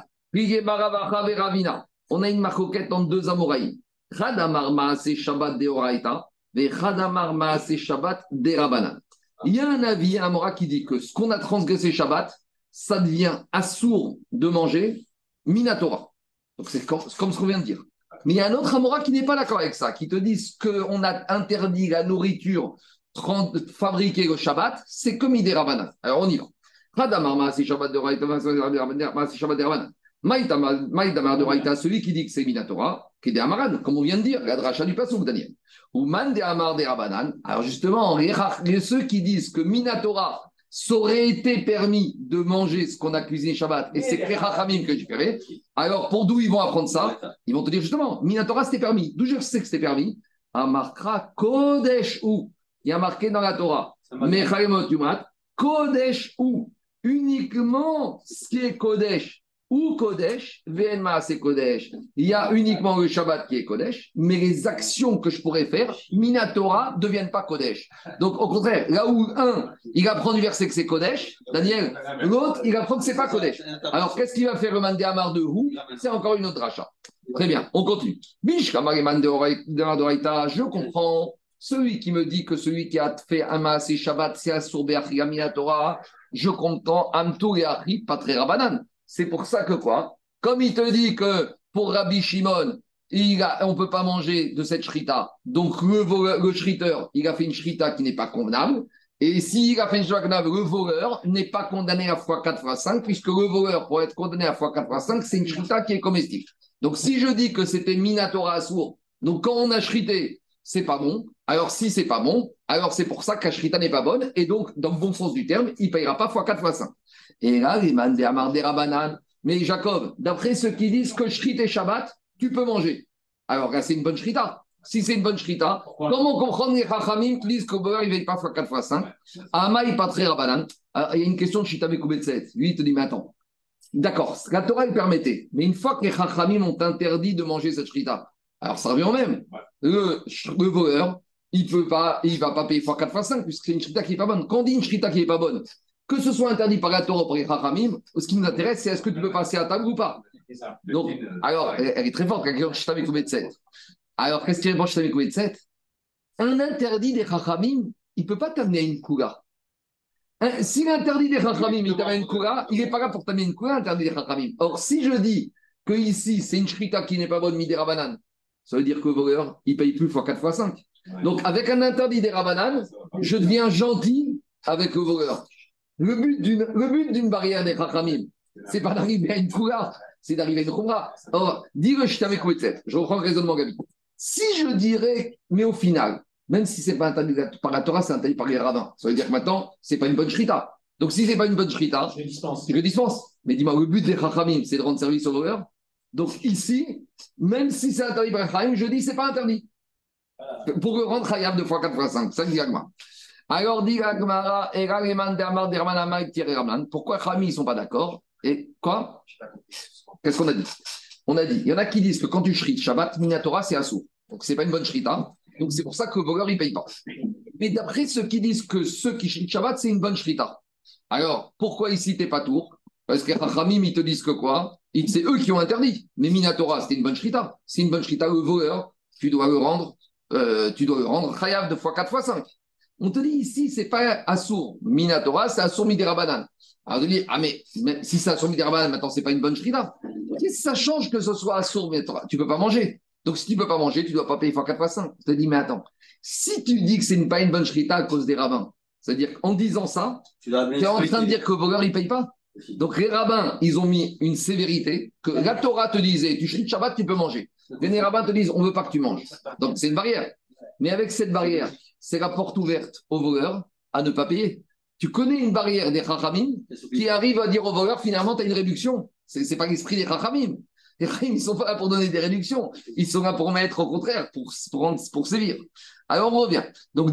Ravina. On a une marcoquette entre deux Amoraïs. Khadamar Maase Shabbat de Oraita, et Khadamar Maase Shabbat de Rabanan. Il y a un avis, un Amora qui dit que ce qu'on a transgressé Shabbat, ça devient assourd de manger Minatora. Donc c'est comme ce qu'on vient de dire. Mais il y a un autre Amora qui n'est pas d'accord avec ça, qui te dit qu'on a interdit la nourriture fabriquée au Shabbat, c'est comme des Rabanan. Alors on y va. Khadamar Maase Shabbat de Oraita, Maase Shabbat de Rabanan. Maïdamar de Raïta, celui qui dit que c'est Minatora, qui est des Amaran, comme on vient de dire, la dracha du Passouk, Daniel. Ou Man de Amar de Rabanan. Alors justement, ceux qui disent que Minatora, ça aurait été permis de manger ce qu'on a cuisiné Shabbat, et c'est les Chachamim que j'ai fait, alors pour d'où ils vont apprendre ça? Ils vont te dire justement, Minatora c'était permis. D'où je sais que c'était permis? Amarkra Kodesh ou. Il y a marqué dans la Torah, Mechalemot Yumat, Kodesh ou. Uniquement ce qui est Kodesh. Ou Kodesh, VNMA c'est Kodesh. Il y a uniquement le Shabbat qui est Kodesh, mais les actions que je pourrais faire, Minatora, ne deviennent pas Kodesh. Donc au contraire, là où un, il apprend du verset que c'est Kodesh, Daniel, l'autre, il apprend que c'est pas Kodesh. Alors qu'est-ce qu'il va faire le Mandé Amar de Hou? C'est encore une autre rachat. Très bien, on continue. Bish Kamariman de Oraita, je comprends. Celui qui me dit que celui qui a fait un Maasé Shabbat, c'est Assour Be'achia Minatora, je comprends Amtou et Achri, pas très Rabanan. C'est pour ça que quoi? Comme il te dit que pour Rabbi Shimon, on ne peut pas manger de cette shrita, donc le shriteur, il a fait une shrita qui n'est pas convenable. Et s'il a fait une shrita convenable, le voleur n'est pas condamné à x4, x5, puisque le voleur, pour être condamné à x4, x5, c'est une shrita qui est comestible. Donc si je dis que c'était Minatora Assour, donc quand on a shrité, c'est pas bon. Alors si c'est pas bon, alors c'est pour ça que la shrita n'est pas bonne. Et donc, dans le bon sens du terme, il ne payera pas x4, x5. Et là, les man des Amar des Rabanan. Mais Jacob, d'après ceux qui disent que shrita et Shabbat, tu peux manger. Alors là, c'est une bonne shrita. Si c'est une bonne shrita, comment comprendre les Chachamim qui disent qu'au beurre, il ne paye pas x4, x5? Amaï pas très Rabanan. Il y a une question de Shita Bekoubetset. Lui, il te dit, mais attends. D'accord, la Torah, il permettait. Mais une fois que les Chachamim ont interdit de manger cette shrita, alors ça revient au même. Le voleur, il ne va pas payer x4, x5, puisque c'est une shrita qui n'est pas bonne. Quand on dit une shrita qui n'est pas bonne, que ce soit interdit par la Torah ou par les Chachamim, ce qui nous intéresse, c'est est-ce que tu peux passer à table ou pas. Donc, alors, elle est très forte, la question de Shita Bekoubetset. Alors, qu'est-ce qu'il répond Shita Bekoubetset? Un interdit des Chachamim, il ne peut pas t'amener à une Kula. Si l'interdit des Chachamim, il t'amène une Kula, il n'est pas là pour t'amener une Kula, interdit des Chachamim. Or, si je dis que ici, c'est une shrita qui n'est pas bonne, Midera Banan, ça veut dire que le voleur, il ne paye plus x4, x5. Donc, avec un interdit des Rabanan, je deviens gentil avec le voleur. Le but d'une barrière des Chachamim, c'est pas d'arriver à une Kula, c'est d'arriver à une Khumra. Or, dis le Shitame Kouetset, je reprends le raisonnement, Gabi. Si je dirais, mais au final, même si ce n'est pas interdit par la Torah, c'est interdit par les rabbins. Ça veut dire que maintenant, ce n'est pas une bonne shrita. Donc, si ce n'est pas une bonne shrita, je dispense. Mais dis-moi, le but des Chachamim, c'est de rendre service au voleur. Donc, ici, même si c'est interdit par les Chachamim, je dis, ce n'est pas interdit. Pour le rendre Khayab de x4, x5. Ça dit Agma. Alors, dit Agmara, pourquoi Chachamim ne sont pas d'accord? Et quoi? Qu'est-ce qu'on a dit? On a dit, il y en a qui disent que quand tu shrites Shabbat, Minatora, c'est assourd. Donc, ce n'est pas une bonne shrita. Donc, c'est pour ça que le voleur, il ne paye pas. Mais d'après ceux qui disent que ceux qui shritent Shabbat, c'est une bonne shrita. Alors, pourquoi ici, tu n'es pas tour? Parce que Chachamim, ils te disent que quoi? C'est eux qui ont interdit. Mais Minatora, c'était une bonne shrita. C'est une bonne shrita, le voleur, tu dois le rendre chayav de x4, x5. On te dit ici, c'est pas Assour Minatora, c'est Assour Midirabanan. Alors on te dit, ah mais si c'est Assour Midirabanan, maintenant c'est pas une bonne shrita. Ça change que ce soit Assour Minatora. Tu peux pas manger. Donc si tu peux pas manger, tu dois pas payer fois 4 fois 5. Je te dis, mais attends, si tu dis que c'est pas une bonne shrita à cause des rabbins, c'est-à-dire qu'en disant ça, tu es en train de dire que le voleur, il paye pas. Donc les rabbins, ils ont mis une sévérité que la Torah te disait, tu shrit Shabbat, tu peux manger. Les rabbins te disent, on ne veut pas que tu manges. Donc c'est une barrière. Mais avec cette barrière, c'est la porte ouverte aux voleurs à ne pas payer. Tu connais une barrière des Chachamim qui arrive à dire aux voleurs, finalement, tu as une réduction. Ce n'est pas l'esprit des Chachamim. Les Chachamim, ils ne sont pas là pour donner des réductions. Ils sont là pour mettre, au contraire, pour sévir. Alors, on revient. Donc,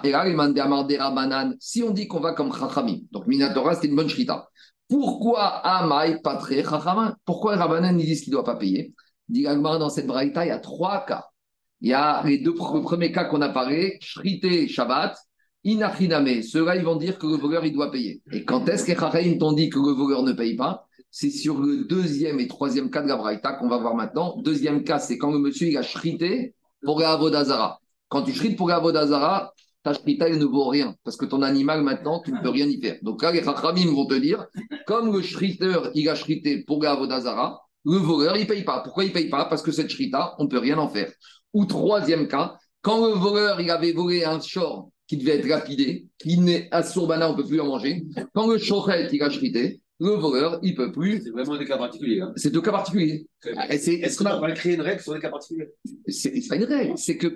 si on dit qu'on va comme Chachamim, donc Minatora, c'était une bonne shrita. Pourquoi Amaï, pas très Chachamim? Pourquoi Rabbanan, ils disent qu'il ne doit pas payer? Dit dans cette braïta, il y a 3 cas. Il y a les deux premiers cas qu'on a parlé, Shrité, Shabbat, Inachiname. Ceux-là, ils vont dire que le voleur, il doit payer. Et quand est-ce que les Chachamim t'ont dit que le voleur ne paye pas? C'est sur le 2e et 3e cas de la braïta qu'on va voir maintenant. 2e cas, c'est quand le monsieur, il a Shrité pour la Avodazara. Quand tu shrites pour la Avodazara, ta shrita, elle ne vaut rien. Parce que ton animal, maintenant, tu ne peux rien y faire. Donc là, les Chachamim vont te dire, comme le shriteur, il a shrité pour la Avodazara, le voleur, il ne paye pas. Pourquoi il ne paye pas? Parce que cette shrita, on ne peut rien en faire. Ou 3e cas, quand le voleur, il avait volé un shor qui devait être lapidé, qui n'est à Sourbana, on ne peut plus en manger. Quand le shochet, il a shrité, le voleur, il ne peut plus. C'est vraiment des cas particuliers. Hein. C'est deux cas particuliers. Est-ce qu'on va créer une règle sur les cas particuliers? C'est pas une règle. C'est que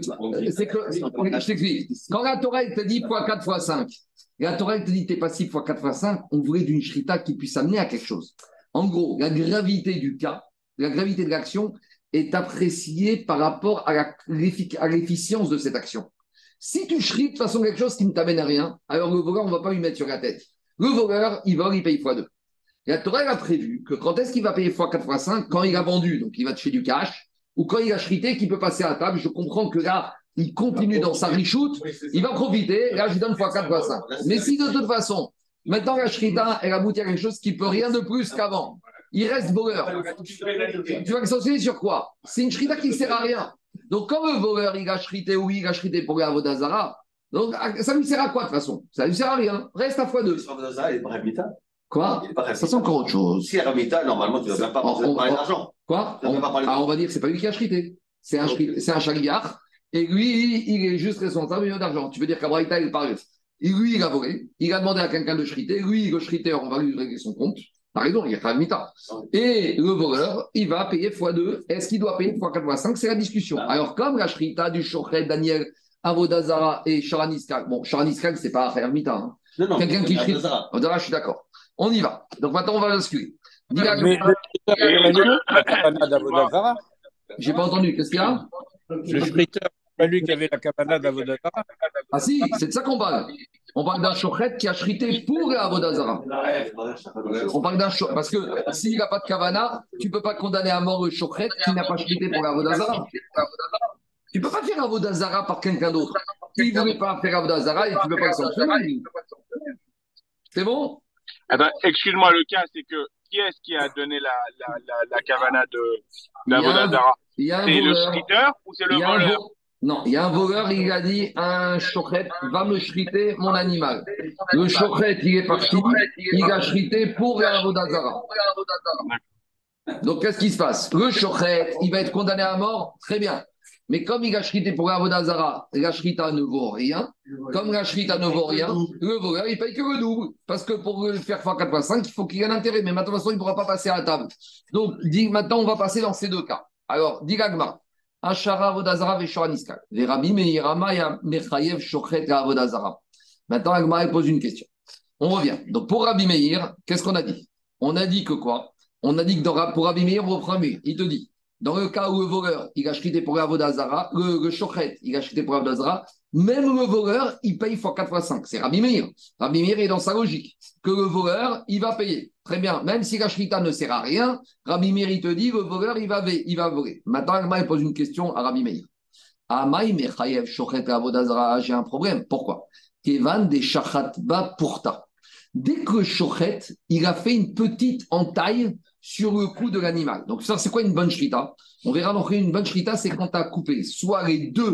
je t'explique. Quand la Torah te dit fois 4 fois 5, et la Torah te dit t'es passif fois 4 fois 5, on voulait d'une shrita qui puisse amener à quelque chose. En gros, la gravité du cas, la gravité de l'action est appréciée par rapport à l'efficience de cette action. Si tu shrites de façon quelque chose qui ne t'amène à rien, alors le voleur, on ne va pas lui mettre sur la tête. Le voleur, il vole, il paye x2. La Torah a prévu que quand est-ce qu'il va payer x4 x 5? Quand il a vendu, donc il va toucher du cash, ou quand il a shrité, qu'il peut passer à la table. Je comprends que là, il continue dans sa richoute, il va profiter, là je lui donne x4 x 5. Mais si de toute façon, maintenant la shrita, elle aboutit à quelque chose qui ne peut rien de plus qu'avant, il reste voleur. Tu vas s'associer sur quoi? C'est une shrita qui ne sert à rien. Donc quand le voleur, il a shrité, oui, il a shrité pour la Avodazara, donc ça lui sert à quoi de toute façon? Ça lui sert à rien. Reste à x2. Quoi? Ça c'est encore autre chose. Si Ramita, normalement, tu ne vas même pas parler d'argent. Quoi? On va dire que ce n'est pas lui qui a shrité. C'est un chagriard. Et lui, il est juste responsable d'argent. Tu veux dire qu'Abraïta, il parle. Et lui, il a volé. Il a demandé à quelqu'un de shriter. Lui, le shriteur, on va lui régler son compte. Par exemple, il y a Ramita. Et le voleur, il va payer x2. Est-ce qu'il doit payer x4 x 5? C'est la discussion. Alors, comme la shrita du Shochet, Daniel, Avodazara et Sharaniskal. Bon, Sharaniskal, c'est pas Ramita. Hein. Non, quelqu'un qui shrite. Avodazara, je suis d'accord. On y va. Donc maintenant, on va basculer. J'ai pas entendu. Qu'est-ce qu'il y a? Le shriteur, pas lui qui avait la cabana d'Avodazara. Ah si, c'est de ça qu'on parle. On parle d'un shochet qui a shrité pour Avodazara. On parle d'un shochet. Parce que s'il n'a pas de kavana, tu ne peux pas condamner à mort le shochet qui n'a pas shrité pour Avodazara. Tu ne peux pas faire Avodazara par quelqu'un d'autre. Il ne voulait pas faire Avodazara et tu ne peux pas le sanctionner. C'est bon? Eh ben, excuse-moi, le cas, c'est que qui est-ce qui a donné la cavana d'Avodazara? C'est le shriteur ou c'est le voleur? Non, il y a un voleur, il a dit un shochet va me shriter mon animal. Le shochet, il est parti, il a shrité pour Avodazara. Donc, qu'est-ce qui se passe? Le shochet, il va être condamné à mort, très bien. Mais comme il a shrité pour Avodazara, la shrita ne vaut rien. Comme la shrita ne vaut rien, le voleur, il paye que le double. Parce que pour le faire x4 x 5, il faut qu'il ait un intérêt. Mais maintenant, de toute façon, il ne pourra pas passer à la table. Donc, maintenant, on va passer dans ces deux cas. Alors, dit Gagmar, Ashara Avodazara Veshoraniskal. Les Rabbi Meirama ya Mechayev Shochet Avodazara. Maintenant, Gagmar pose une question. On revient. Donc, pour Rabbi Meir, qu'est-ce qu'on a dit? On a dit que quoi? On a dit que pour Rabbi Meir, on reprend mieux. Il te dit, dans le cas où le voleur, il a shrité pour Avodazara, le shochet, il a shrité pour Avodazara, même le voleur, il paye x4 x 5. C'est Rabbi Meir. Rabbi Meir est dans sa logique. Que le voleur, il va payer. Très bien. Même si la shrita ne sert à rien, Rabbi Meir, il te dit, le voleur, il va voler. Maintenant, Agma, il pose une question à Rabbi Meir. Amaï mechayev shochet Avodazara, j'ai un problème. Pourquoi? Kevan de shachat ba purta. Dès que le shochet, il a fait une petite entaille sur le cou de l'animal. Donc ça, c'est quoi une bonne shrita? On verra donc une bonne shrita, c'est quand tu as coupé soit les deux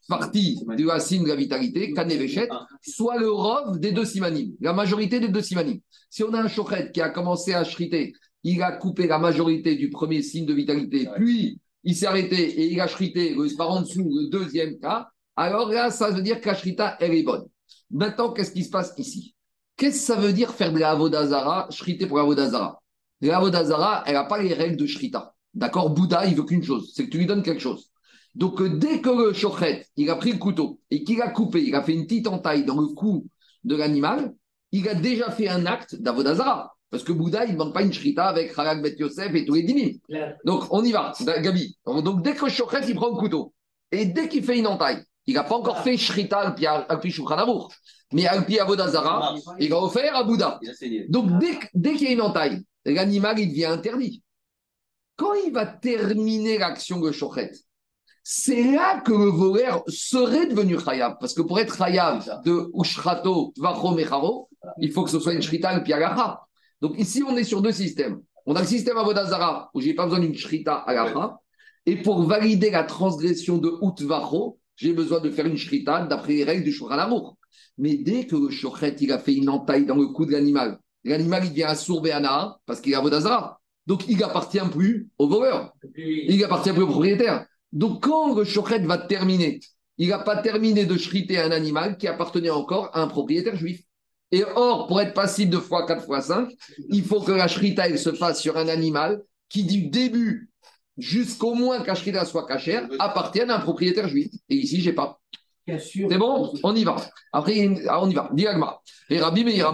partie du racine de la vitalité, Kanévéchet, soit le rov des deux simanim, la majorité des deux simanim. Si on a un shochet qui a commencé à shriter, il a coupé la majorité du premier signe de vitalité, puis il s'est arrêté et il a shrité par en dessous le deuxième cas, alors là, ça veut dire que la shrita, elle est bonne. Maintenant, qu'est-ce qui se passe ici? Qu'est-ce que ça veut dire faire de la Avodazara, shriter pour la Avodazara? La Avodazara, elle n'a pas les règles de shrita. D'accord? Bouddha, il veut qu'une chose, c'est que tu lui donnes quelque chose. Donc, dès que le shochet, il a pris le couteau et qu'il a coupé, il a fait une petite entaille dans le cou de l'animal, il a déjà fait un acte d'Avodazara. Parce que Bouddha, il ne demande pas une shrita avec Halak Bet Yosef et tous les dinim. Donc, on y va, Gabi. Donc, dès que le shochet, il prend le couteau et dès qu'il fait une entaille, il n'a pas encore fait shrita al-pi Shulchan Aruch, mais al-pi Avodazara, il va offrir à Bouddha. Donc, dès qu'il y a une entaille, l'animal, il devient interdit. Quand il va terminer l'action de shochet, c'est là que le voleur serait devenu chayav. Parce que pour être chayav de ushrato, tvacho, mecharo, il faut que ce soit une shrita al-pi alacha. Donc ici, on est sur deux systèmes. On a le système Avodazara, où je n'ai pas besoin d'une shrita alacha. Et pour valider la transgression de utvacho, j'ai besoin de faire une shrita d'après les règles du Shulchan Aruch. Mais dès que le shochet, il a fait une entaille dans le cou de l'animal, l'animal, il devient assour béana parce qu'il est Avodazara. Donc, il n'appartient plus au voleur. Il n'appartient plus au propriétaire. Donc, quand le shochet va terminer, il n'a pas terminé de shriter un animal qui appartenait encore à un propriétaire juif. Et or, pour être passible de fois 4 fois 5, il faut que la shrita elle se fasse sur un animal qui, du début jusqu'au moins que la shrita soit cachère, appartienne à un propriétaire juif. Et ici, je n'ai pas. C'est bon, on y va. Après, on y va. Diagma. Et Rabbi Meir,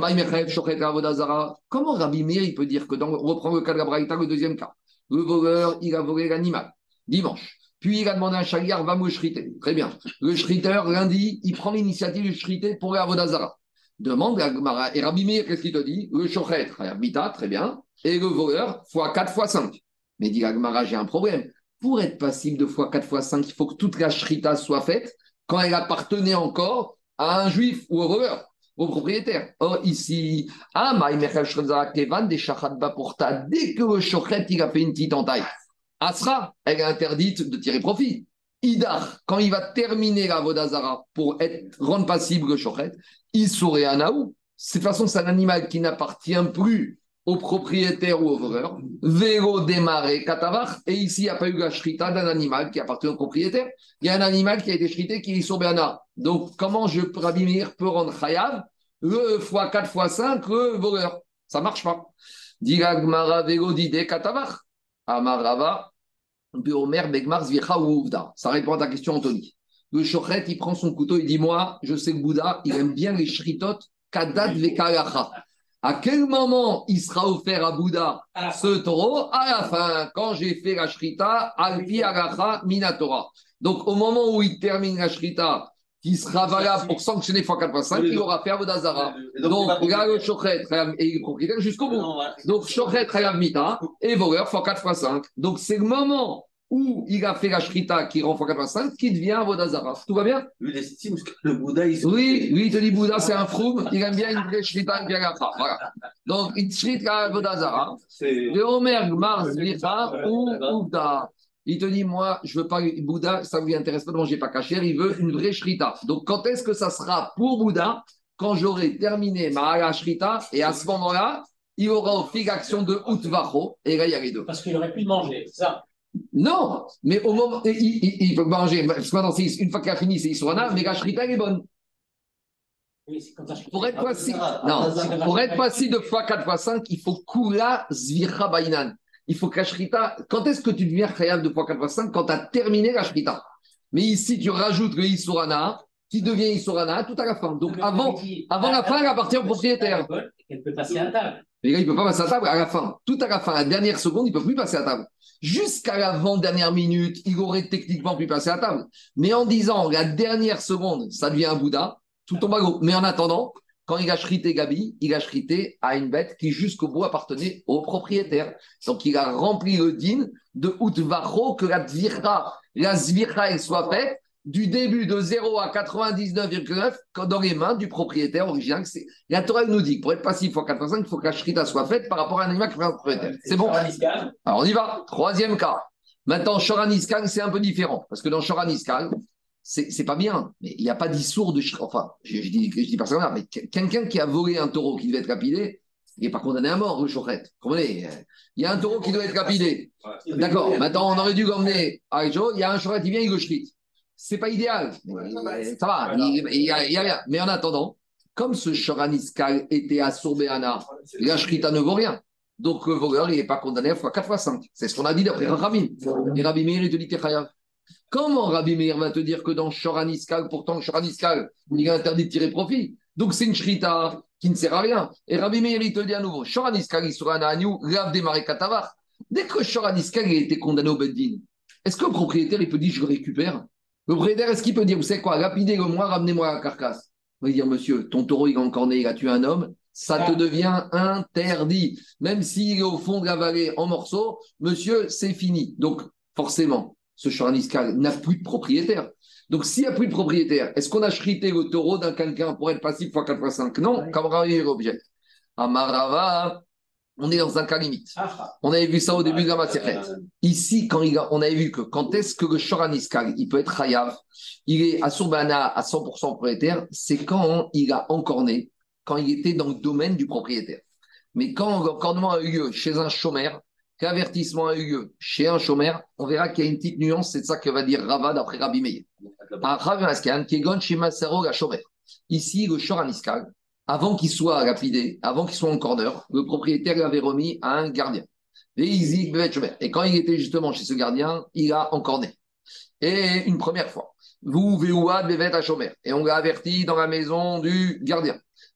comment Rabbi Meir il peut dire que on reprend le cas de la Braïta, le deuxième cas. Le voleur, il a volé l'animal dimanche. Puis il a demandé à un chagriar, va me shriter. Très bien. Le shriter, lundi, il prend l'initiative de shriter pour la Avodazara. Demande à Gmara. Et Rabbi Meir, qu'est-ce qu'il te dit? Le shochet, très bien. Et le voleur, fois 4 fois 5. Mais dit à Gmara, j'ai un problème. Pour être passible de fois 4 fois 5, il faut que toute la shrita soit faite quand elle appartenait encore à un juif ou au voleur, au propriétaire. Or, ici, dès que le shochet, il a fait une petite entaille, Asra, elle est interdite de tirer profit. Idar, quand il va terminer la Vodazara pour rendre passible le shochet, il saurait un aou. De toute façon, c'est un animal qui n'appartient plus au propriétaire ou au voleur. Vélo démarré katavach. Et ici, il n'y a pas eu la shrita d'un animal qui appartient au propriétaire. Il y a un animal qui a été shrité qui est Isobéana. Donc, comment Rabbi Meir peut rendre chayav le fois 4 fois 5 le voleur? Ça ne marche pas. Diragmara vélo dide katavach. Amarava. Ça répond à ta question, Anthony. Le shochet, il prend son couteau, il dit moi, je sais que Bouddha, il aime bien les shritot kadat vekalacha. À quel moment il sera offert à Bouddha ce taureau? À la fin, quand j'ai fait la shrita, alpi alacha minatora. Donc, au moment où il termine la shrita, qui sera valable pour sanctionner x 4x5, il aura fait Avodazara. Donc, là, le shochet et le propriétaire jusqu'au bout. Donc, shochet, chayav mita, et voleur x 4x5. Donc, c'est le moment où il a fait la shrita qui rend x 4x5 qui devient Avodazara. Tout va bien? Lui, il estime que le Bouddha, il Oui, lui, il te dit Bouddha, c'est un froum, il aime bien une vraie shrita et bien la voilà. Donc, il shrita Avodazara. Le Omer, Mars, Vicha ou Bouddha. Il te dit, moi, je veux pas, Bouddha, ça ne lui intéresse pas de manger pas cachère, il veut une vraie shrita. Donc, quand est-ce que ça sera pour Bouddha? Quand j'aurai terminé ma shrita, et à ce moment-là, il aura fait l'action de Utvacho, et là, il y a les deux. Parce qu'il aurait pu manger, c'est ça? Non, mais au moment, il peut manger, parce que maintenant, une fois qu'il a fini, c'est Isurana, mais la shrita, elle est bonne. Oui, c'est comme ça. Pour être passé, pour être passé de fois 4 fois 5, il faut Kula Zvira Bainan. Il faut que la shrita, quand est-ce que tu deviens chayav de fois 4 fois 5? Quand tu as terminé la shrita. Mais ici, tu rajoutes le Isurana, qui devient Isurana tout à la fin. Donc avant la fin, elle appartient au propriétaire. Elle peut passer à table. Mais là, il ne peut pas passer à table à la fin. Tout à la fin, la dernière seconde, il ne peut plus passer à table. Jusqu'à l'avant-dernière minute, il aurait techniquement pu passer à table. Mais en disant la dernière seconde, ça devient un Bouddha, tout tombe à l'eau. Mais en attendant, quand il a shrité Gabi, il a shrité à une bête qui jusqu'au bout appartenait au propriétaire. Donc il a rempli le din de Utvacho que la zvira, elle soit faite du début de 0 à 99,9 dans les mains du propriétaire original. La Torah nous dit que pour être passif x 4 il faut que la shrita soit faite par rapport à un animal qui est le propriétaire. C'est bon? Alors on y va. Troisième cas. Maintenant, Shoran Iskal, c'est un peu différent. Parce que dans Shoran Iskal, c'est pas bien. Mais il n'y a pas d'issour de shrita. Enfin, je dis pas ça, mais quelqu'un qui a volé un taureau qui devait être lapidé, il n'est pas condamné à mort, le chouchet. Comprenez? Il y a un taureau qui doit être lapidé. D'accord, maintenant on aurait dû l'emmener à Ejo, il y a un chouret qui vient, il le shrite. C'est pas idéal. Ça va, il y a rien. Mais en attendant, comme ce Shoraniskal était à Sourbéana, la shrita ne vaut rien. Donc le voleur, il n'est pas condamné à 4 fois 5. C'est ce qu'on a dit d'après Rabbi. Et Rabbi Meir, il te dit que Chayav. Comment Rabbi Meir va te dire que dans Shoraniskal, pourtant Shoraniskal, il est interdit de tirer profit? Donc c'est une shrita qui ne sert à rien. Et Rabbi Meir, il te dit à nouveau, Shoraniskal, il sera un agneau, lave démarré Katavar. Dès que Shoraniskal a été condamné au Beddin, est-ce que le propriétaire, il peut dire, je le récupère? Le propriétaire, est-ce qu'il peut dire, vous savez quoi, lapidez-le-moi, ramenez-moi la carcasse? Il va dire, monsieur, ton taureau, il est encore né, il a tué un homme, ça te devient interdit. Même s'il est au fond de la vallée en morceaux, monsieur, c'est fini. Donc, forcément, ce Shoraniskal n'a plus de propriétaire. Donc, s'il n'y a plus de propriétaire, est-ce qu'on a chrité le taureau d'un quelqu'un pour être passif x 4 x 5? Non, comme Rabbi objecte. Amarava, on est dans un cas limite. On avait vu ça au début de la Masechet. Ici, on avait vu que quand est-ce que le Shoraniskal, il peut être Hayav, il est à Sourbana à 100% propriétaire, c'est quand il a encorné, quand il était dans le domaine du propriétaire. Mais quand l'encornement a eu lieu chez un chômeur, qu'avertissement a eu lieu chez un chômeur, on verra qu'il y a une petite nuance, c'est ça que va dire Rava d'après Rabbi Meir. Ici, le Shoraniskal, avant qu'il soit lapidé, avant qu'il soit en corner, le propriétaire l'avait remis à un gardien. Et quand il était justement chez ce gardien, il a encorné. Et une première fois, et on l'a averti dans la maison du gardien.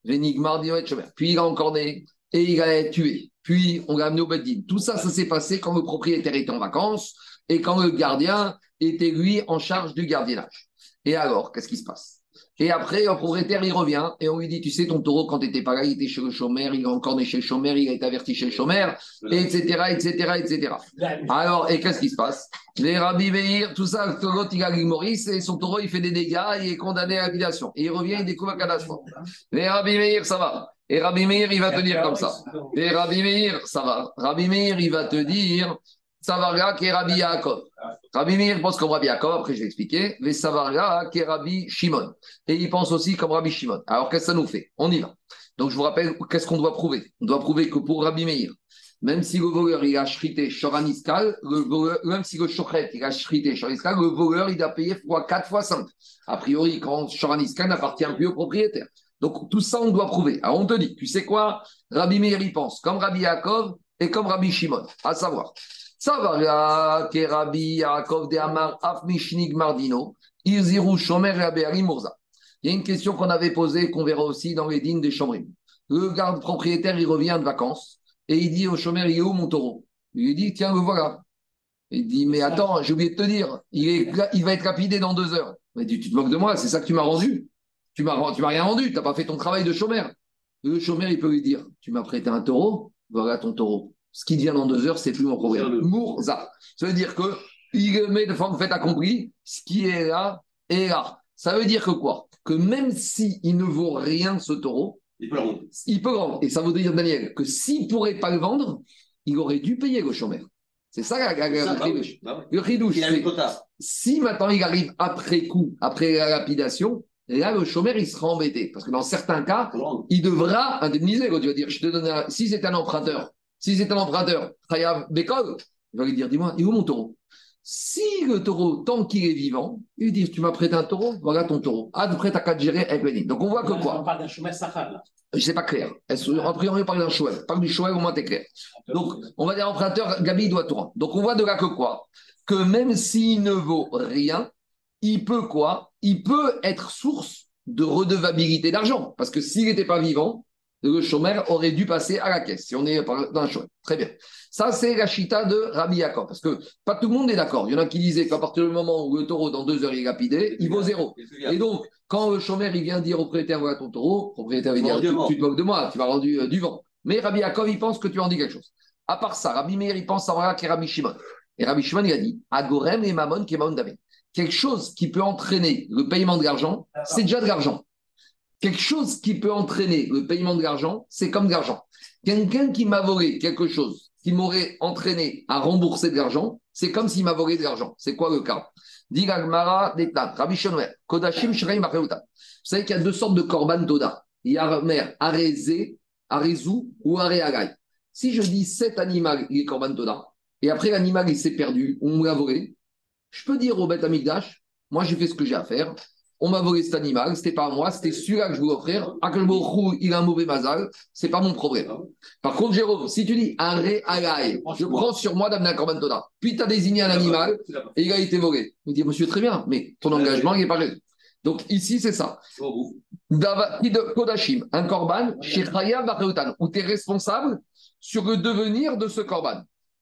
Puis il a encorné et il a tué. Puis on l'a amené au Beddin. Tout ça, ça s'est passé quand le propriétaire était en vacances et quand le gardien était lui en charge du gardiennage. Et alors, qu'est-ce qui se passe? Et après, le propriétaire, il revient et on lui dit, tu sais, ton taureau, quand tu n'étais pas là, il était chez le chômeur, il a encore né chez le chômeur, il a été averti chez le chômeur, etc., etc., etc. Alors, et qu'est-ce qui se passe? Les Rabbi Meir, tout ça, l'autre, il a Maurice et son taureau, il fait des dégâts, il est condamné à la lapidation. Et il revient, il découvre un catastrophe. Les Rabbi Meir, ça va. Et Rabbi Meir, il va te dire comme ça. Les Rabbi Meir, ça va. Rabbi Meir, il va te dire, Savarga qui est Rabbi Yaakov. Rabbi Meir pense comme Rabbi Yaakov, après je vais expliquer. Mais Savarga qui est Rabbi Shimon. Et il pense aussi comme Rabbi Shimon. Alors qu'est-ce que ça nous fait? On y va. Donc je vous rappelle, qu'est-ce qu'on doit prouver? On doit prouver que pour Rabbi Meir, même si le voleur il a shrité Shoraniskal, même si le shochet il a shrité Shoraniskal, le voleur il a payé fois 4 fois 5. A priori, quand Shoraniskal n'appartient plus au propriétaire. Donc tout ça on doit prouver. Alors on te dit, tu sais quoi? Rabbi Meir il pense comme Rabbi Yaakov et comme Rabbi Shimon. À savoir. Savarga, Kerabi, Yaakov, de Amar, Afmishnig, Mardino, Irziru, Shomer, Rabéari, Mourza. Il y a une question qu'on avait posée, qu'on verra aussi dans les dînes des Shomrim. Le garde propriétaire, il revient de vacances et il dit au Shomer, il est où mon taureau? Il lui dit, tiens, le voilà. Il dit, mais attends, j'ai oublié de te dire, il va être lapidé dans 2 heures. Il dit, tu te moques de moi, c'est ça que tu m'as rendu. Tu m'as rien rendu, tu n'as pas fait ton travail de Shomer. Le Shomer, il peut lui dire, tu m'as prêté un taureau, voilà ton taureau. Ce qui devient dans 2 heures, c'est plus mon problème. Mourza. Ça veut dire qu'il met de forme fait accompli, ce qui est là est là. Ça veut dire que quoi? Que même s'il ne vaut rien, ce taureau, il peut le rendre. Il peut le rendre. Et ça veut dire, Daniel, que s'il ne pourrait pas le vendre, il aurait dû payer le chômeur. C'est ça le ridouche. Si maintenant il arrive après coup, après la lapidation, là, le chômeur, il sera embêté. Parce que dans certains cas, il devra indemniser. Quand tu vas dire, je te donne si c'est un emprunteur, Chayav Bekol, il va lui dire, dis-moi, il est où mon taureau? Si le taureau, tant qu'il est vivant, il lui dit, tu m'as prêté un taureau, voilà ton taureau. Après, tu as qu'à te gérer avec Béni. Donc on voit que quoi? On parle d'un chômeur sachal, là. Je sais pas clair. En priori, on parle d'un chouette. Parle du chouette, au moins, t'es clair. Donc, on va dire emprunteur, Gabi, il doit tout rendre. Donc, on voit de là que quoi? Que même s'il ne vaut rien, il peut quoi? Il peut être source de redevabilité d'argent. Parce que s'il n'était pas vivant, le chômeur aurait dû passer à la caisse, si on est dans un chômeur. Très bien. Ça, c'est la chita de Rabbi Yaakov. Parce que pas tout le monde est d'accord. Il y en a qui disaient qu'à partir du moment où le taureau, dans 2 heures, il est lapidé, il vaut 0. Et donc, quand le chômeur, il vient dire au propriétaire, voilà ton taureau, le propriétaire va dire, tu te moques de moi, tu m'as rendu du vent. Mais Rabbi Yaakov, il pense que tu en dis quelque chose. À part ça, Rabbi Meir, il pense à voilà qui est Rabbi Shimon. Et Rabbi Shimon, il a dit, Agorem et Mamon qui est Mamon David. Quelque chose qui peut entraîner le paiement de l'argent, c'est déjà de l'argent. Quelque chose qui peut entraîner le paiement de l'argent, c'est comme de l'argent. Quelqu'un qui m'a volé quelque chose qui m'aurait entraîné à rembourser de l'argent, c'est comme s'il m'a volé de l'argent. C'est quoi le cas? Dit Gagmara Detnat, Rabbi Shlomo, Kodashim Shreim Acheuta. Vous savez qu'il y a deux sortes de korban toda. Il y a Arezé, Arezou ou Areagai. Si je dis cet animal, il est korban toda, et après l'animal il s'est perdu, on l'a volé, je peux dire au Beth Amikdash, moi j'ai fait ce que j'ai à faire, on m'a volé cet animal, c'était pas à moi, c'était celui-là que je voulais offrir, Akelborou, il a un mauvais mazal, c'est pas mon problème. Par contre, Jérôme, si tu dis un Areagai, je prends sur moi d'amener un korban toda, puis tu as désigné un animal et il a été volé. Je me dis, monsieur, très bien, mais ton engagement, il n'est pas réel. Donc ici, c'est ça. Kodashim, un korban, chez Chaya Bacheutan, où tu es responsable sur le devenir de ce korban.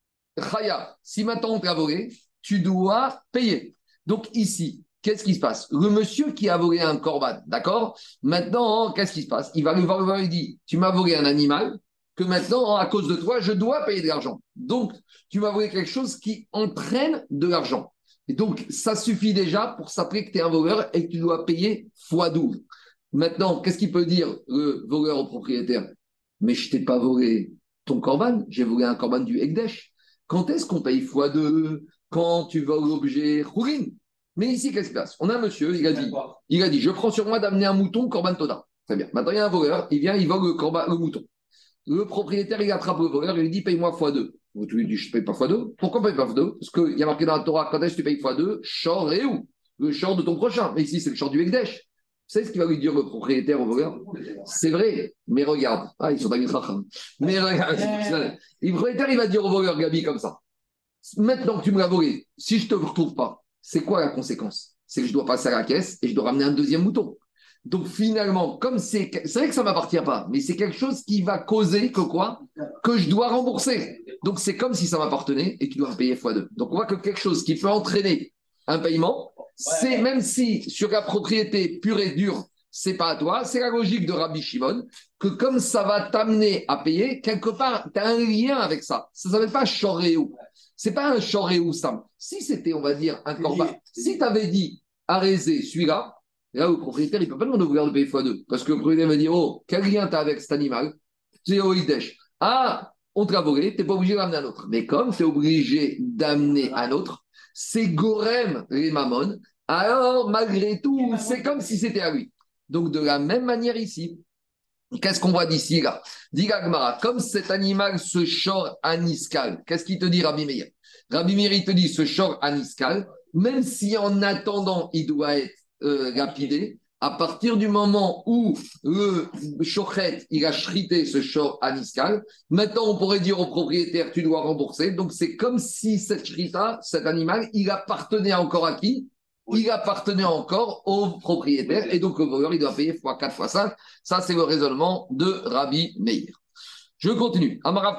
Chaya, si maintenant on t'a volé, tu dois payer. Donc ici, qu'est-ce qui se passe? Le monsieur qui a volé un korban, d'accord? Maintenant, qu'est-ce qui se passe? Il va le voir, il dit, tu m'as volé un animal, que maintenant, à cause de toi, je dois payer de l'argent. Donc, tu m'as volé quelque chose qui entraîne de l'argent. Et donc, ça suffit déjà pour s'appeler que tu es un voleur et que tu dois payer x12. Maintenant, qu'est-ce qu'il peut dire le voleur au propriétaire? Mais je ne t'ai pas volé ton korban, j'ai volé un korban du Ekdesh. Quand est-ce qu'on paye x2? Quand tu voles l'objet Khourin. Mais ici, qu'est-ce qui se passe? On a un monsieur, il a dit, je prends sur moi d'amener un mouton korban toda. Très bien. Maintenant, il y a un voleur, il vient, il vole le mouton. Le propriétaire, il attrape le voleur, il lui dit, paye-moi x2. Tu lui dis, je ne paye pas x2. Pourquoi pas x2? Parce qu'il y a marqué dans la Torah, quand est-ce que tu payes x2? Shor et où? Le shor de ton prochain. Mais ici, c'est le shor du Ekdesh. Vous savez ce qu'il va lui dire le propriétaire au voleur? C'est vrai, mais regarde. Ah, ils sont dans mais regarde. Le propriétaire, il va dire au voleur, Gabi, comme ça. Maintenant que tu me l'as volé, si je ne te retrouve pas, c'est quoi la conséquence? C'est que je dois passer à la caisse et je dois ramener un deuxième mouton. Donc finalement, comme c'est vrai que ça ne m'appartient pas, mais c'est quelque chose qui va causer que quoi? Que je dois rembourser. Donc c'est comme si ça m'appartenait et tu dois me payer x2. Donc on voit que quelque chose qui peut entraîner un paiement, c'est même si sur la propriété pure et dure, c'est pas à toi, c'est la logique de Rabbi Shimon, que comme ça va t'amener à payer, quelque part, tu as un lien avec ça. Ça ne s'appelle pas choréou. C'est pas un choréou Sam. Si c'était, on va dire, un corban, si tu avais dit Arezé, celui-là, là, le propriétaire, il ne peut pas demander au gouvernement de payer x2. Parce que le propriétaire va dire, oh, quel lien tu as avec cet animal? C'est au Hidesh. Ah, on te l'a volé, tu n'es pas obligé d'amener un autre. Mais comme tu es obligé d'amener un autre, c'est Gorem les Mammon. Alors, malgré tout, c'est comme si c'était à lui. Donc, de la même manière ici, qu'est-ce qu'on voit d'ici, là? Dit Gagmara, comme cet animal, ce shor aniskal, qu'est-ce qu'il te dit, Rabbi Meir? Rabbi Meir, il te dit, ce shor aniskal, même si en attendant, il doit être lapidé, à partir du moment où le shochet, il a shrité ce shor aniskal, maintenant, on pourrait dire au propriétaire, tu dois rembourser. Donc, c'est comme si cette shrita, cet animal, il appartenait encore à qui? Il appartenait encore au propriétaire et donc le voleur, il doit payer x4, x5. Ça, c'est le raisonnement de Rabbi Meir. Je continue.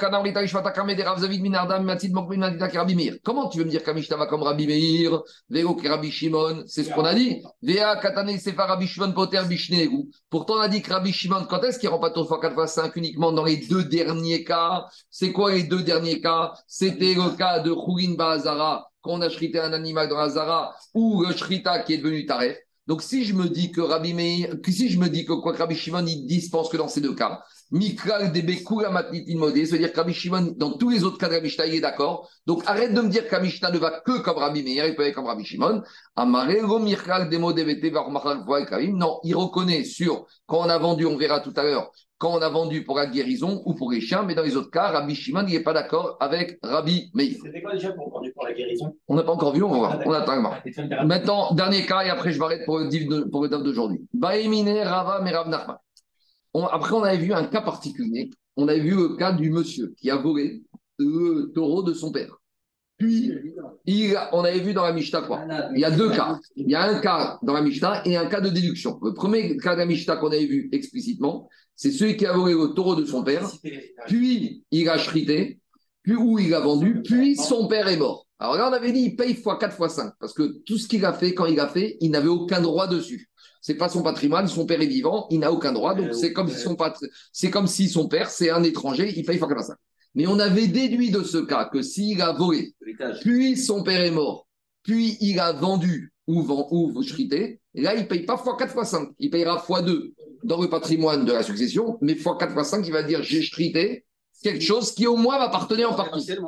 Comment tu veux me dire qu'Amishta va comme Rabbi Meir, Vélo que Rabbi Shimon? C'est ce qu'on a dit. Véa Katane Sefa Rabbi Shimon Poter Bishnegu. Pourtant, on a dit que Rabbi Shimon, quand est-ce qu'il rend pas ton x4, x5 uniquement dans les deux derniers cas? C'est quoi les deux derniers cas? C'était le cas de Khourin Bahazara, quand on a shrité un animal dans la Zara, ou le shrita qui est devenu taref. Donc, si je me dis que Rabbi Shimon, il dispense que dans ces deux cas, Mikral Debekula Matnitin Modé, c'est-à-dire que Rabbi Shimon, dans tous les autres cas de Rabbi Shimon, il est d'accord. Donc, arrête de me dire que Rabbi Shimon ne va que comme Rabbi Meir, il peut aller comme Rabbi Shimon. Amarelo Mikral Demodé Vete Varmachal Kavim. Non, il reconnaît sur, quand on a vendu, on verra tout à l'heure, quand on a vendu pour la guérison ou pour les chiens, mais dans les autres cas, Rabbi Shimon, il n'est pas d'accord avec Rabbi Meir. C'était quoi déjà pour la guérison? On n'a pas encore vu, on va voir. On attend. Maintenant, dernier cas, et après je m'arrête pour le DAF d'aujourd'hui. Baémine, Rava, Merav Nachman. Après, on avait vu un cas particulier. On avait vu le cas du monsieur qui a volé le taureau de son père. Puis, on avait vu dans la Mishnah quoi? Il y a deux cas. Il y a un cas dans la Mishnah et un cas de déduction. Le premier cas de la Mishnah qu'on avait vu explicitement, c'est celui qui a volé le taureau de son père, puis il a shrité, puis où il a vendu, puis son père est mort. Alors là, on avait dit, il paye x4, x5, parce que tout ce qu'il a fait, quand il a fait, il n'avait aucun droit dessus. C'est pas son patrimoine, son père est vivant, il n'a aucun droit, donc c'est comme si son père, c'est un étranger, il paye x4, x5. Mais on avait déduit de ce cas que s'il a volé, puis son père est mort, puis il a vendu ou shrité, là, il ne paye pas x4, x5, il payera x2 dans le patrimoine de la succession, mais x4, x5, il va dire j'ai shrité quelque chose qui au moins va appartenir en partie.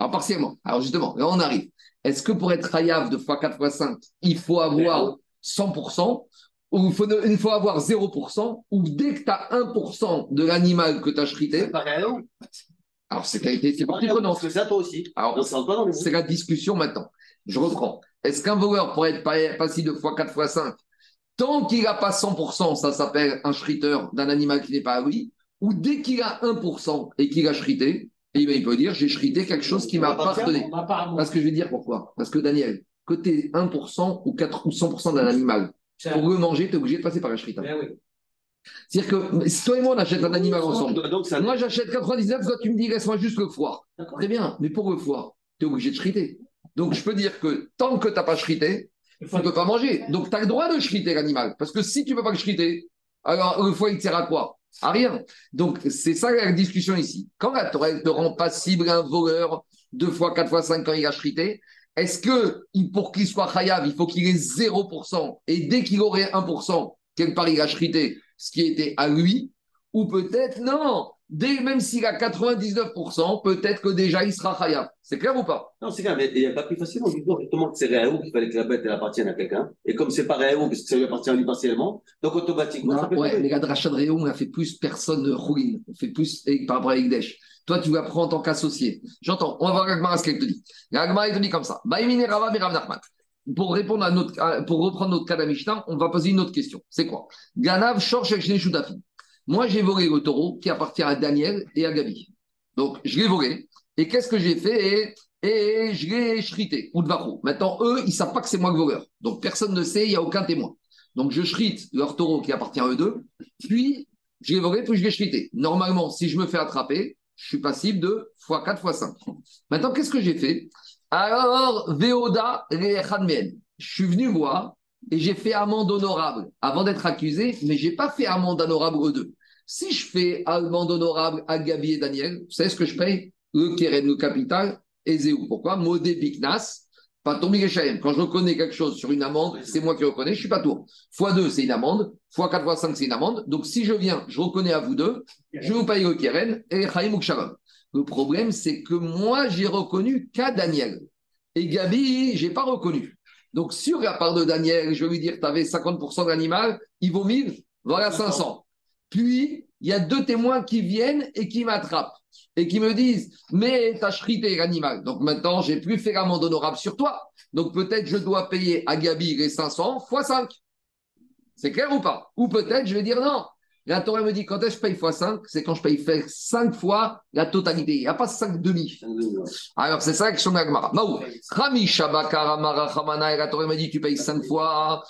Alors, partiellement. Alors, justement, là, on arrive. Est-ce que pour être Hayav de x4 x 5, il faut avoir 100% ou il faut avoir 0% ou dès que tu as 1% de l'animal que tu as chrité, C'est pareil, non? alors c'est partie prenante. Parce que ça, toi aussi. Alors, Donc, ça rentre pas dans les c'est la discussion maintenant. Je reprends. Est-ce qu'un voleur pourrait être passif de x4 x 5 tant qu'il n'a pas 100%, ça s'appelle un shriteur d'un animal qui n'est pas à lui, ou dès qu'il a 1% et qu'il a shrité, eh bien, il peut dire j'ai shrité quelque chose qui m'a pardonné. Parce que je vais dire pourquoi. Parce que Daniel, que tu es 1% ou 100% d'un animal, pour le manger, tu es obligé de passer par la shrita. C'est-à-dire que si toi et moi on achète un animal ensemble, donc moi j'achète 99, toi tu me dis laisse-moi juste le foie. Très bien, mais pour le foie, tu es obligé de shriter. Donc je peux dire que tant que tu n'as pas shrité, tu ne peux pas manger. Donc tu as le droit de shriter l'animal. Parce que si tu ne peux pas le shriter, alors le foie il te sert à quoi? À rien. Donc c'est ça la discussion ici. Quand la Torah te rend passible un voleur 2 fois, 4 fois 5 quand il a shrité, est-ce que pour qu'il soit chayav, il faut qu'il ait 0% et dès qu'il aurait 1%, quelque part il a shrité ce qui était à lui, ou peut-être non, même s'il a 99%, peut-être que déjà il sera chayav. C'est clair ou pas? Non, c'est clair, mais il n'y a pas plus facilement. On dit justement que c'est Réaou qu'il fallait que la bête elle appartienne à quelqu'un. Et comme c'est pas Réaou, parce que ça lui appartient à lui partiellement, donc automatiquement. Ça peut Ouais, mais la dracha de Réaou, on a fait plus personne de Khoulin. On fait plus par rapport à Egdesh. Toi, tu vas prendre en tant qu'associé. J'entends. On va voir Gagmara ce qu'elle te dit. Gagmara, il te dit comme ça. Baïmine Rava Mirav Nachman. Pour répondre pour reprendre notre cas d'Amishnah, on va poser une autre question. C'est quoi? Ganav Shor Shekshne Shutafim. Moi, j'ai volé le taureau qui appartient à Daniel et à Gabi. Donc, je l'ai volé. Et qu'est-ce que j'ai fait? Et je l'ai shrité, ou de varou. Maintenant, eux, ils ne savent pas que c'est moi le voleur. Donc, personne ne sait, il n'y a aucun témoin. Donc, je shrite leur taureau qui appartient à eux deux. Puis, je l'ai volé, puis je l'ai shrité. Normalement, si je me fais attraper, je suis passible de x4, x5. Maintenant, qu'est-ce que j'ai fait? Alors, Veoda Rechanmen. Je suis venu voir et j'ai fait amende honorable avant d'être accusé, mais je n'ai pas fait amende honorable aux deux. Si je fais amende honorable à Gabi et Daniel, vous savez ce que je paye? Le Keren, le capital, et Zéou. Pourquoi? Modé Biknas, pas Tomi Geshaem. Quand je reconnais quelque chose sur une amende, c'est moi qui reconnais, je ne suis pas tour. x2, c'est une amende. x4, x5, c'est une amende. Donc, si je viens, je reconnais à vous deux, je vous paye le Keren et Chaim Shalom. Le problème, c'est que moi, j'ai reconnu qu'à Daniel. Et Gabi, je n'ai pas reconnu. Donc, sur la part de Daniel, je vais lui dire, tu avais 50% de l'animal, il vaut 1000, voilà 500. Puis, il y a deux témoins qui viennent et qui m'attrapent et qui me disent, mais tu as shrité l'animal. Donc, maintenant, je n'ai plus fait l'amende honorable sur toi. Donc, peut-être je dois payer à Gabi les 500 fois 5. C'est clair ou pas? Ou peut-être je vais dire non. La Torah me dit quand est-ce que je paye x5, c'est quand je paye 5 fois la totalité. Il n'y a pas 5 demi. Alors c'est ça la question de l'Agmara. Maou. Rami Shabakar Amara Hamana et la Torah me dit tu payes 5 fois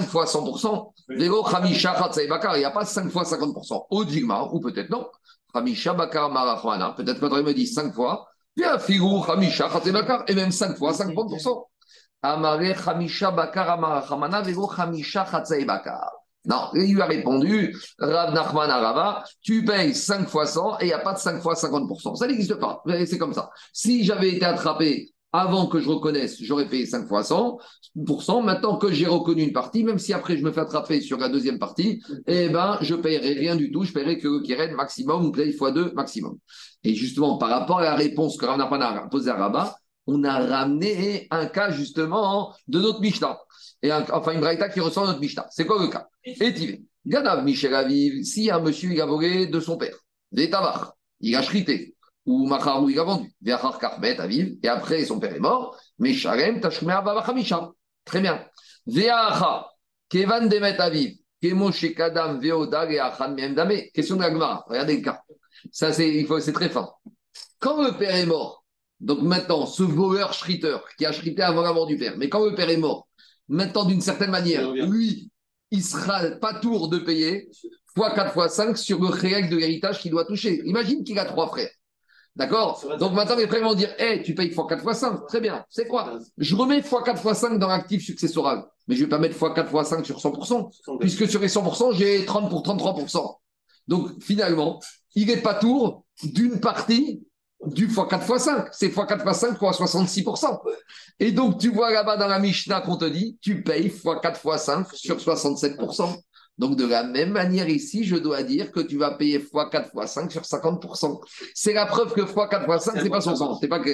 100%. Vélo Rami Shachat Bakar, il n'y a pas 5 fois 50%. Au Digma, ou peut-être non. Rami Shabakar Amara Hamana, peut-être que la Torah me dit 5 fois. Puis un figou Rami Shachat Bakar, et même 5 fois 50%. Amare Hamisha Bakar Amara Hamana, Vélo Hamisha Chatzai Bakar. Non, il lui a répondu, Rav Nachman Arava, tu payes 5 fois 100 et il n'y a pas de 5 fois 50%. Ça n'existe pas. C'est comme ça. Si j'avais été attrapé avant que je reconnaisse, j'aurais payé 5 fois 100%. Maintenant que j'ai reconnu une partie, même si après je me fais attraper sur la deuxième partie, eh ben, je ne paierai rien du tout. Je paierai que le Keren maximum ou paye fois 2 maximum. Et justement, par rapport à la réponse que Rav Nachman a posée à Rabat, on a ramené un cas justement de notre Mishnah. Enfin, une braïta qui ressort de notre Mishnah. C'est quoi le cas? Étivé. Ganav Michel Aviv, si un monsieur il a volé de son père, des tabacs, il a shrité, ou Macharou il a vendu, Veachar Karmet Aviv, et après son père est mort, mais Sharem Tashmea Babachamisha. Très bien. Veacha, Kevan Demet Aviv, Kemoshe Kadam Veoda Veachan Memdame. Question de la Gemara. Regardez le cas. Ça, c'est très fort. Quand le père est mort, donc maintenant, ce voleur shriteur qui a shrité avant la mort du père, mais quand le père est mort, maintenant, d'une certaine manière, lui, il ne sera pas tour de payer x4 x 5 sur le réel de l'héritage qu'il doit toucher. Imagine qu'il a 3 frères. D'accord? Donc maintenant, les frères vont dire hey, tu payes x4 x 5. Très bien. C'est quoi? Je remets x4 x 5 dans l'actif successoral. Mais je ne vais pas mettre x4 x 5 sur 100%, puisque sur les 100%, j'ai 30 pour 33%. Donc finalement, il n'est pas tour d'une partie du x4 x 5. C'est x4 x 5 fois 66%. Et donc, tu vois là-bas dans la Mishnah qu'on te dit, tu payes x4 x 5 sur 67%. Donc, de la même manière ici, je dois dire que tu vas payer x4 x 5 sur 50%. C'est la preuve que x4 x 5, c'est pas 60. C'est pas clair.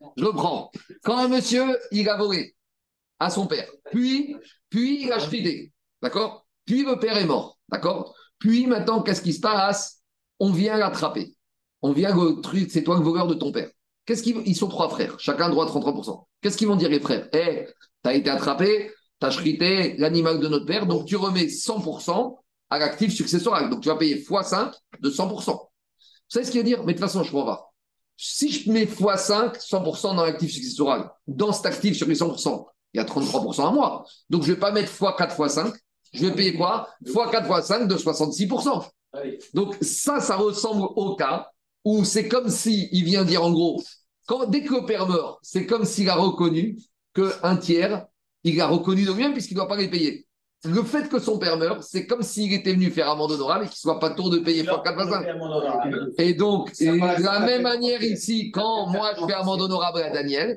Je reprends. Quand un monsieur, il a volé à son père, puis il a chrité, d'accord? Puis le père est mort, d'accord? Puis maintenant, qu'est-ce qui se passe? On vient l'attraper. On vient le truc, c'est toi le voleur de ton père. Ils sont 3 frères, chacun droit de 33%. Qu'est-ce qu'ils vont dire les frères? T'as été attrapé, t'as chrité l'animal de notre père, donc tu remets 100% à l'actif successoral. Donc tu vas payer x5 de 100%. Vous savez ce qu'il veut dire? Mais de toute façon, je m'en vais. Si je mets x5, 100% dans l'actif successoral, dans cet actif sur les 100%, il y a 33% à moi. Donc je ne vais pas mettre x4, x5. Je vais payer quoi? x4, x5 de 66%. Donc ça ressemble au cas où c'est comme s'il vient dire en gros, dès que le père meurt, c'est comme s'il a reconnu qu'un tiers, il a reconnu de lui-même puisqu'il ne doit pas les payer. Le fait que son père meure, c'est comme s'il était venu faire amende honorable et qu'il ne soit pas tour de payer x4, x5. Et donc, de la même manière ici, quand moi je fais amende honorable à Daniel,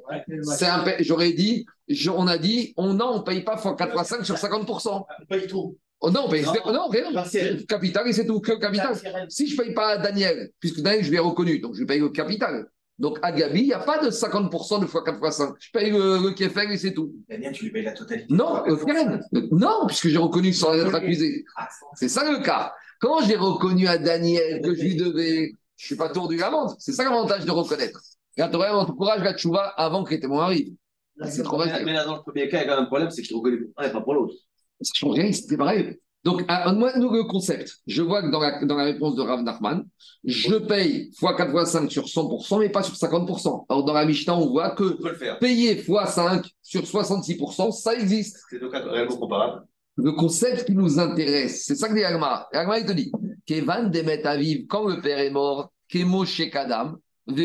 on a dit, on ne paye pas x4, x5 sur 50%. Pas du tout. Oh non, non, rien. Capital et c'est tout, que le capital. Si je ne paye pas à Daniel, puisque Daniel, je l'ai reconnu, donc je paye le capital. Donc à Gabi, il n'y a pas de 50% de x4, x5. Je paye le Kefeng et c'est tout. Daniel, tu lui payes la totalité. Non, Karen. Non, puisque j'ai reconnu sans être accusé. C'est ça le cas. Quand j'ai reconnu à Daniel que je lui devais, je ne suis pas tordu l'amende. C'est ça l'avantage de reconnaître. Quand tu encourages la tchouva avant que les témoins arrivent. C'est trop facile. Mais là, dans le premier cas, il y a quand même un problème, c'est que tu reconnais pour un et pas pour l'autre. Ça ne change rien, c'était pareil. Donc, moi, nous, le concept, je vois que dans la réponse de Rav Nachman, je paye x4, x5 sur 100%, mais pas sur 50%. Alors, dans la Mishnah, on voit que payer x5 sur 66%, ça existe. C'est deux cas réellement comparables. Le concept qui nous intéresse, c'est ça que dit Agma. Agma, il te dit Kevan Demet Aviv, quand le père est mort, Kemo Shekadam,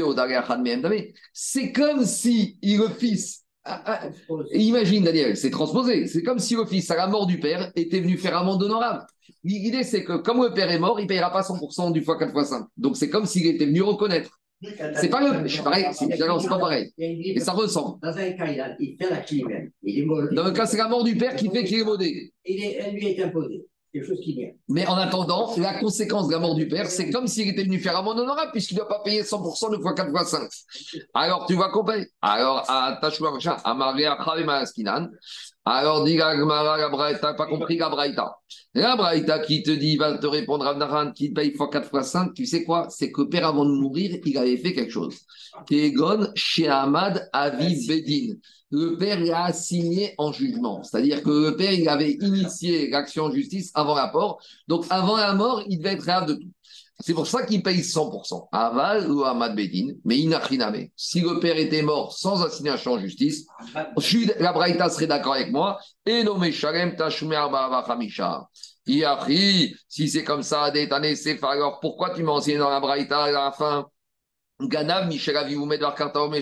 c'est comme si le fils. Imagine, Daniel, c'est transposé. C'est comme si le fils, à la mort du père, était venu faire amende honorable. L'idée, c'est que comme le père est mort, il ne payera pas 100% du x4, x5. Donc, c'est comme s'il était venu reconnaître. C'est pas pareil, c'est pas pareil. Et ça ressemble. Dans un cas, il fait la clim. Dans le cas, c'est la mort du père qui fait qu'il est modé. Elle lui est imposée. Quelque chose qui vient. Mais en attendant, la conséquence de la mort du père, c'est comme s'il était venu faire amende honorable, puisqu'il ne doit pas payer 100% de x4, x5. Alors, tu vas couper. Alors, à Tachouar, à Maria Khavemaskinan. Alors, dis la Gemara, la Braïta, pas compris la Braïta. La Braïta qui te dit, va te répondre à Naran, qui paye x4, x5, tu sais quoi? C'est que le père, avant de mourir, il avait fait quelque chose. Kegon, chez Ahmad, Aviv Bedin. Le père l'a assigné en jugement. C'est-à-dire que le père, il avait initié l'action en justice avant la mort. Donc, avant la mort, il devait être réel de tout. C'est pour ça qu'il paye 100%. Aval ou Ahmad Bedin, mais inachiname. Si le père était mort sans assignation en justice, la Braïta serait d'accord avec moi. Et nommé Shalem Tashumé Arba Khamisha. Si c'est comme ça, détané, c'est alors pourquoi tu m'as enseigné dans la Braïta à la fin? Ganav, Michelavi, vous mettez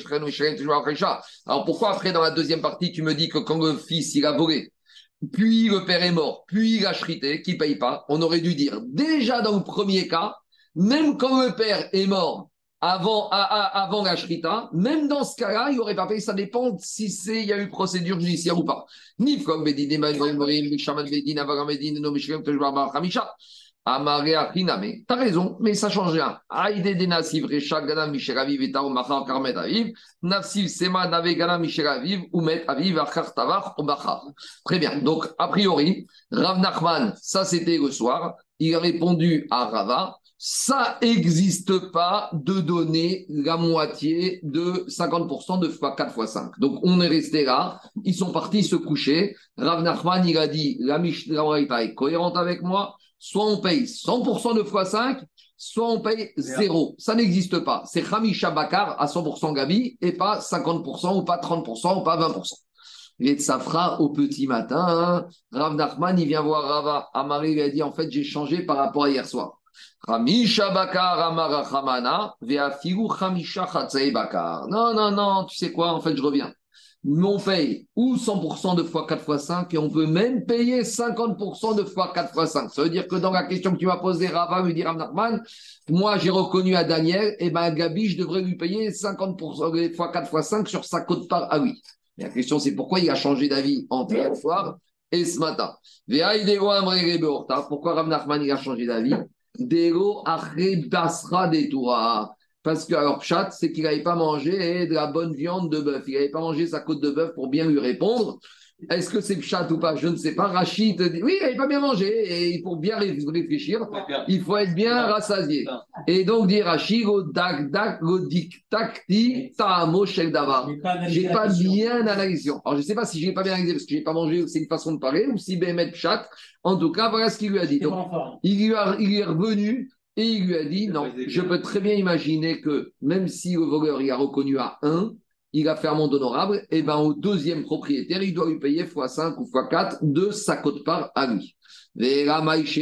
alors pourquoi après dans la deuxième partie tu me dis que quand le fils il a volé, puis le père est mort, puis il a chrité, qui ne paye pas, on aurait dû dire déjà dans le premier cas, même quand le père est mort avant la chrita, même dans ce cas-là, il n'aurait pas payé, ça dépend si il y a eu procédure judiciaire ou pas. Nifkog Bedin, Bedin, Avaram Bedin, Nomishkem, Tejbarbar, Hamisha. Amaria Hiname, t'as raison, mais ça change rien. Aïde de Nassiv, Recha, Gana, Michel Aviv, et Tao, Machar, Karmet Aviv, Nassiv, Sema, Nave, Gana, Michel Aviv, Oumet Aviv, Achar, Tavar, Obachar. Très bien. Donc, a priori, Rav Nachman, ça c'était le soir, il a répondu à Rava, ça n'existe pas de donner la moitié de 50% de x4, x5. Donc, on est resté là, ils sont partis se coucher. Rav Nachman, il a dit, la Mishnah est cohérente avec moi. Soit on paye 100% de x5, soit on paye 0. Ça n'existe pas. C'est Khamisha Bakar à 100% Gabi et pas 50% ou pas 30% ou pas 20%. Et ça fera au petit matin. Rav Nachman, il vient voir Rava. Amari lui a dit en fait, j'ai changé par rapport à hier soir. Khamisha Bakar Amara Khamana Veafigu Khamisha Khatsei Bakar. Non, tu sais quoi, en fait, je reviens. On paye ou 100% de x4, x5 et on peut même payer 50% de x4, x5. Ça veut dire que dans la question que tu m'as posée, Rava me dit Rav Nachman, moi j'ai reconnu à Daniel, et bien Gabi, je devrais lui payer 50% de x4, x5 sur sa cote part. Ah oui. Mais la question c'est pourquoi il a changé d'avis entre hier soir et ce matin. Pourquoi Rav Nachman il a changé d'avis? Dego Basra des Torah. Parce que, alors, Pshat, c'est qu'il n'avait pas mangé de la bonne viande de bœuf. Il n'avait pas mangé sa côte de bœuf pour bien lui répondre. Est-ce que c'est Pshat ou pas? Je ne sais pas. Rachid dit oui, il n'avait pas bien mangé. Et pour bien réfléchir, il faut être bien rassasié. Et donc, dit Rachid, j'ai pas bien analysé. Alors, je ne sais pas si je n'ai pas bien analysé parce que je n'ai pas mangé, c'est une façon de parler, ou si Bémet Pshat. En tout cas, voilà ce qu'il lui a dit. Donc, il lui est revenu. Et il lui a dit, non, je peux très bien imaginer que même si le voleur il a reconnu à 1, il a fait un monde honorable, et bien au deuxième propriétaire, il doit lui payer x5 ou x4 de sa quote-part à lui. Alors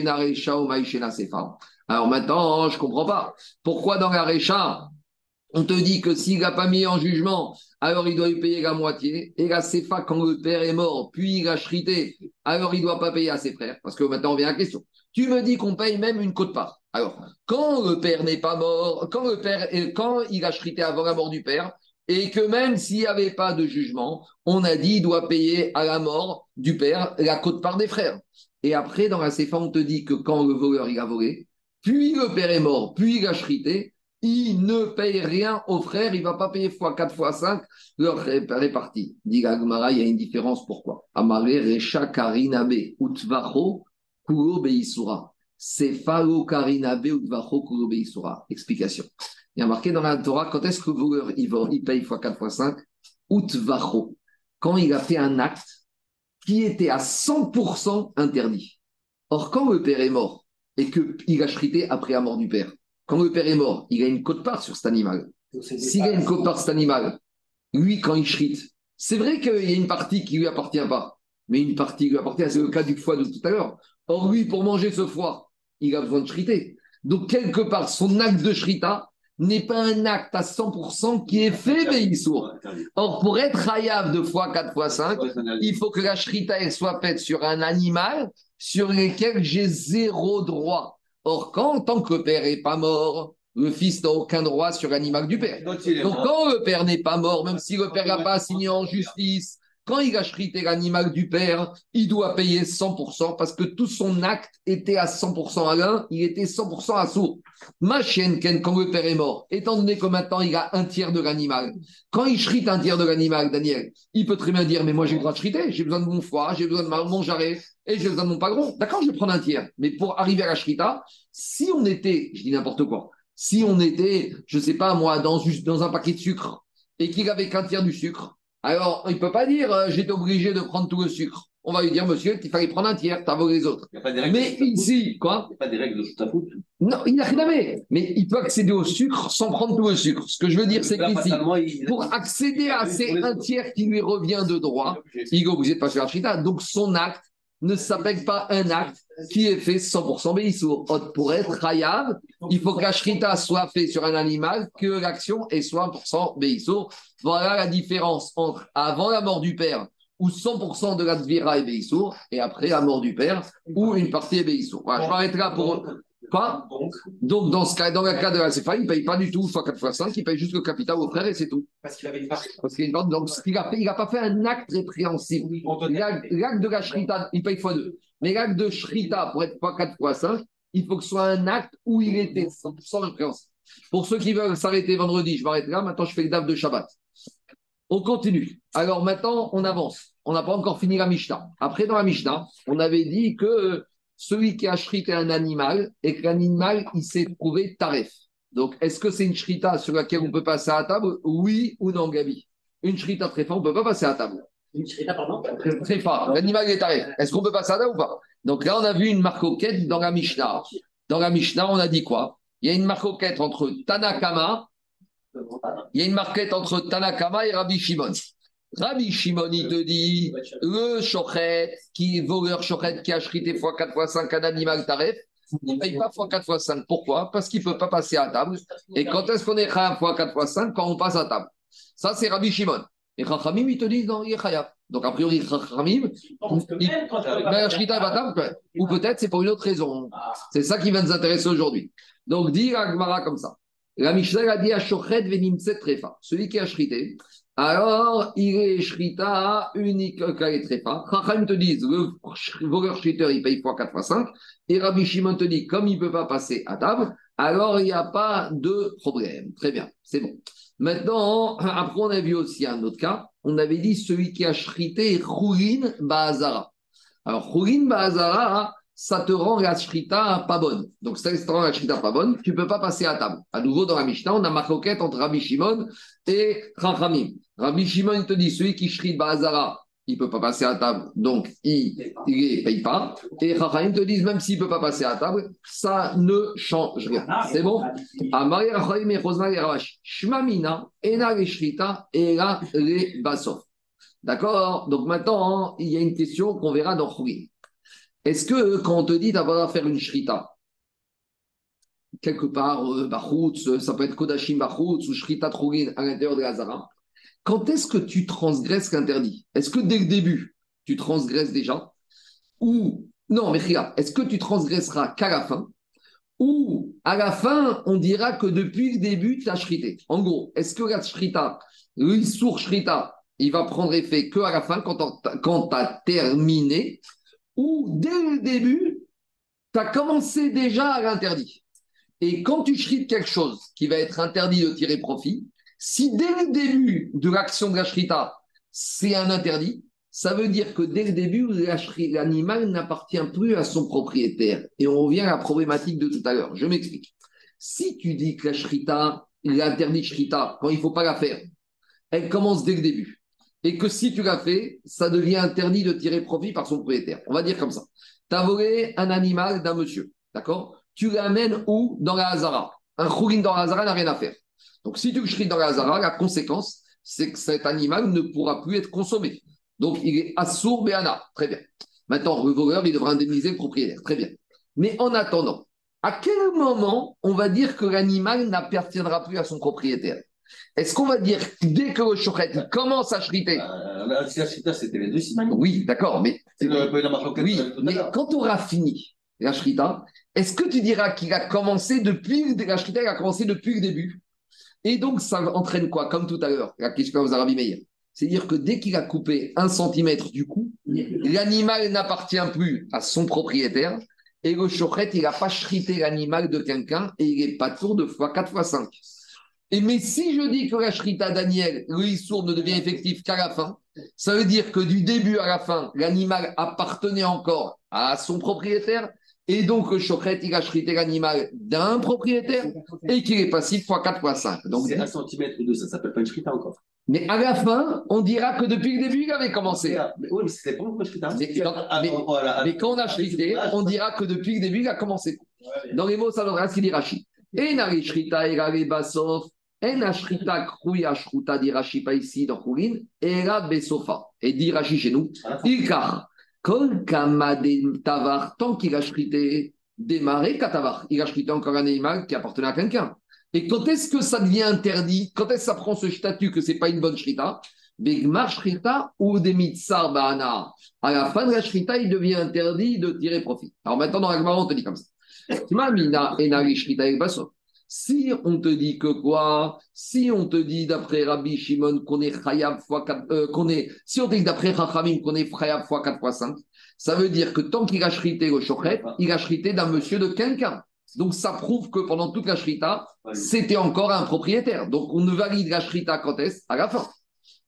maintenant, je ne comprends pas. Pourquoi dans la Récha, on te dit que s'il n'a pas mis en jugement, alors il doit lui payer la moitié. Et la Sefa, quand le père est mort, puis il a chrité, alors il ne doit pas payer à ses frères. Parce que maintenant, on vient à la question. Tu me dis qu'on paye même une quote-part. Alors, quand le père n'est pas mort, quand il a chrité avant la mort du père, et que même s'il n'y avait pas de jugement, on a dit qu'il doit payer à la mort du père la quote-part des frères. Et après, dans la Sefa, on te dit que quand le voleur il a volé, puis le père est mort, puis il a chrité, il ne paye rien aux frères, il ne va pas payer x4, x5 leur répartie. Dit Gagmara, il y a une différence. Pourquoi? Amare Recha Karinabe Utvacho Kuro Beisura. Sefalo Karinabe Utvacho Kuro Beisura. Explication. Il y a marqué dans la Torah, quand est-ce que le voleur il paye x4, x5? Utvacho. Quand il a fait un acte qui était à 100% interdit. Or, quand le père est mort et qu'il a chrité après la mort du père, quand le père est mort, il a une quote-part sur cet animal. S'il a une quote-part sur cet animal, lui, quand il chrite, c'est vrai qu'il y a une partie qui ne lui appartient pas, mais une partie qui lui appartient, c'est le cas du foie de tout à l'heure. Or, lui, pour manger ce foie, il a besoin de chriter. Donc, quelque part, son acte de chrita n'est pas un acte à 100% qui est fait Béissour. Or, pour être hayav de x4, x5, il faut que la chrita elle soit faite sur un animal sur lequel j'ai zéro droit. Or, quand, en tant que le père n'est pas mort, le fils n'a aucun droit sur l'animal du père. Donc, quand le père n'est pas mort, même si le père n'a pas assigné en justice, quand il a chrité l'animal du père, il doit payer 100% parce que tout son acte était à 100% à l'un, il était 100% à sourd. Ma chienne, quand le père est mort, étant donné que maintenant il a un tiers de l'animal, quand il chrite un tiers de l'animal, Daniel, il peut très bien dire, mais moi j'ai le droit de chriter, j'ai besoin de mon foie, j'ai besoin de mon jarret, et j'ai besoin de mon pagron. D'accord, je vais prendre un tiers. Mais pour arriver à la shrita, si on était, je dis n'importe quoi, si on était, je ne sais pas moi, dans un paquet de sucre, et qu'il avait qu'un tiers du sucre, alors il ne peut pas dire j'étais obligé de prendre tout le sucre. On va lui dire, monsieur, qu'il fallait prendre un tiers, t'as volé les autres. Mais ici, quoi? Il n'y a pas des règles de shoot à foot. Non, il n'y a rien à voir. Mais il peut accéder au sucre sans prendre tout le sucre. Ce que je veux dire, c'est qu'ici, pour accéder à ces un tiers qui lui revient de droit, il est obligé de passer la shrita. Donc son acte ne s'appelle pas un acte qui est fait 100% béissour. Pour être hayav, il faut que la shrita soit faite sur un animal, que l'action est 100% béissour. Voilà la différence entre avant la mort du père, où 100% de la dvira est béissour, et après la mort du père, où une partie est béissour. Voilà, je m'arrête là pour... Quoi? Donc, dans le cas de la CFA, il ne paye pas du tout x4 x5, il paye juste le capital au frère et c'est tout. Parce qu'il avait une part. Parce qu'il y a une part, donc, il n'a pas fait un acte répréhensible. L'acte de la shrita, il paye x2. Mais l'acte de shrita, pour être x4 x5, il faut que ce soit un acte où il était 100% répréhensible. Pour ceux qui veulent s'arrêter vendredi, je m'arrête là. Maintenant, je fais le DAF de Shabbat. On continue. Alors maintenant, on avance. On n'a pas encore fini la Mishnah. Après, dans la Mishnah, on avait dit que celui qui a shrité un animal et que l'animal, il s'est trouvé taref. Donc, est-ce que c'est une shrita sur laquelle on peut passer à table? Oui ou non, Gabi? Une shrita très forte, on ne peut pas passer à table. Une shrita, pardon? Très fort. L'animal est taref. Est-ce qu'on peut passer à table ou pas? Donc là, on a vu une marcoquette dans la Mishnah. Dans la Mishnah, on a dit quoi? Il y a une marcoquette entre Tanakama. Il y a une marquette entre Tanakama et Rabbi Shimon. Rabbi Shimon, il te dit, le shochet, voleur shochet qui a shrité x4 x5 un animal taref, il ne paye pas x4 x5. Pourquoi? Parce qu'il ne peut pas passer à table. Et quand est-ce qu'on est chayav x4 x5? Quand on passe à table. Ça, c'est Rabbi Shimon. Et Chachamim, ils te disent, non, il est chayav. Donc, a priori, Chachamim, ou peut-être c'est pour une autre raison. C'est ça qui va nous intéresser aujourd'hui. Donc, dit Agmara comme ça. La Mishnah a dit à Shochet Venimtset Trefa. Celui qui a shrité, alors il est shrita unique kaletrefa. Chachamim te disent, le voleur shriteur, il paye fois 4 fois 5. Et Rabbi Shimon te dit, comme il ne peut pas passer à table, alors il n'y a pas de problème. Très bien, c'est bon. Maintenant, après, on a vu aussi un autre cas. On avait dit celui qui a shrité Choulin Ba'azara. Alors, Choulin Ba'azara, ça te rend la shrita pas bonne. Donc, ça te rend la shrita pas bonne, tu ne peux pas passer à table. À nouveau, dans la Mishnah, on a marquette entre Rabbi Shimon et Chachamim. Rabbi Shimon, il te dit celui qui shrite Ba'azara, il ne peut pas passer à table, donc il ne paye pas. Et Chachamim te disent, même s'il ne peut pas passer à table, ça ne change rien. C'est bon? Amari Chachamim et Chosna et Ravash. Shmamina, ena le shrita, ela le basof. D'accord? Donc maintenant, il y a une question qu'on verra dans Choulin. Est-ce que quand on te dit d'avoir à faire une shrita, quelque part, Bachoutz, ça peut être Kodashim Bachoutz ou shrita Choulin à l'intérieur de la Zara, quand est-ce que tu transgresses l'interdit? Est-ce que dès le début, tu transgresses déjà? Ou, non, mais regarde, est-ce que tu transgresseras qu'à la fin? Ou, à la fin, on dira que depuis le début, tu as shrité. En gros, est-ce que la shrita, l'issour shrita, il va prendre effet qu'à la fin, quand tu as terminé? Ou, dès le début, tu as commencé déjà à l'interdit? Et quand tu shrites quelque chose qui va être interdit de tirer profit, si dès le début de l'action de la shrita, c'est un interdit, ça veut dire que dès le début, l'animal n'appartient plus à son propriétaire. Et on revient à la problématique de tout à l'heure. Je m'explique. Si tu dis que la shrita, l'interdit de shrita, quand il ne faut pas la faire, elle commence dès le début. Et que si tu la fais, ça devient interdit de tirer profit par son propriétaire. On va dire comme ça. Tu as volé un animal d'un monsieur. D'accord? Tu l'amènes où? Dans la Hazara. Un choulin dans la Hazara n'a rien à faire. Donc, si tu le shrites dans la Hazara, la conséquence, c'est que cet animal ne pourra plus être consommé. Donc, il est assour béana. Très bien. Maintenant, le voleur, il devra indemniser le propriétaire. Très bien. Mais en attendant, à quel moment on va dire que l'animal n'appartiendra plus à son propriétaire? Est-ce qu'on va dire dès que le shochet commence à shriter? La shrita, c'était les deux signes. Oui, d'accord. Mais, oui, mais quand on aura fini la shrita, est-ce que tu diras qu'il a commencé depuis la shrita, il a commencé depuis le début? Et donc, ça entraîne quoi? Comme tout à l'heure, la question aux Rabbi Meir. C'est-à-dire que dès qu'il a coupé 1 centimètre du cou, l'animal n'appartient plus à son propriétaire et le shochet, il n'a pas shrité l'animal de quelqu'un et il n'est pas tour de fois 4 fois 5. Et mais si je dis que la shrita Daniel, le issour ne devient effectif qu'à la fin, ça veut dire que du début à la fin, l'animal appartenait encore à son propriétaire. Et donc, le shochet, il a shrité l'animal d'un propriétaire et qu'il est passif fois 4 fois 5. Donc, c'est 1 centimètre ou 2, ça ne s'appelle pas une shrita encore. Mais à la fin, on dira que depuis le début, il avait commencé. Oui, mais c'était pas une shrita. Mais quand on a shrité, on dira que depuis le début, il a commencé. Dans les mots, ça donnera ce qu'il dit Rashi. Et nari shrita et basof. En ashrita kruya shruta dit Rashi pas ici dans Choulin. Et la besofa. Et dit Rashi chez nous. Ilkar. Kol kamade tavar, tant qu'il a shrité, démarré katavar. Il a shrité encore un animal qui appartenait à quelqu'un. Et quand est-ce que ça devient interdit? Quand est-ce que ça prend ce statut que ce n'est pas une bonne shrita? Begmar shrita ou des mitzar ba'ana. À la fin de la shrita, il devient interdit de tirer profit. Alors maintenant, dans la Gemara, on te dit comme ça. Si on te dit que quoi? Si on te dit d'après Rabbi Shimon qu'on est Chayab fois 4, si on te dit d'après Chachamim qu'on est Chayab fois 4 fois 5, ça veut dire que tant qu'il a shrité le shochet, il a shrité d'un monsieur de quelqu'un. Donc ça prouve que pendant toute la shrita, c'était encore un propriétaire. Donc on ne valide la shrita quand est-ce? À la fin.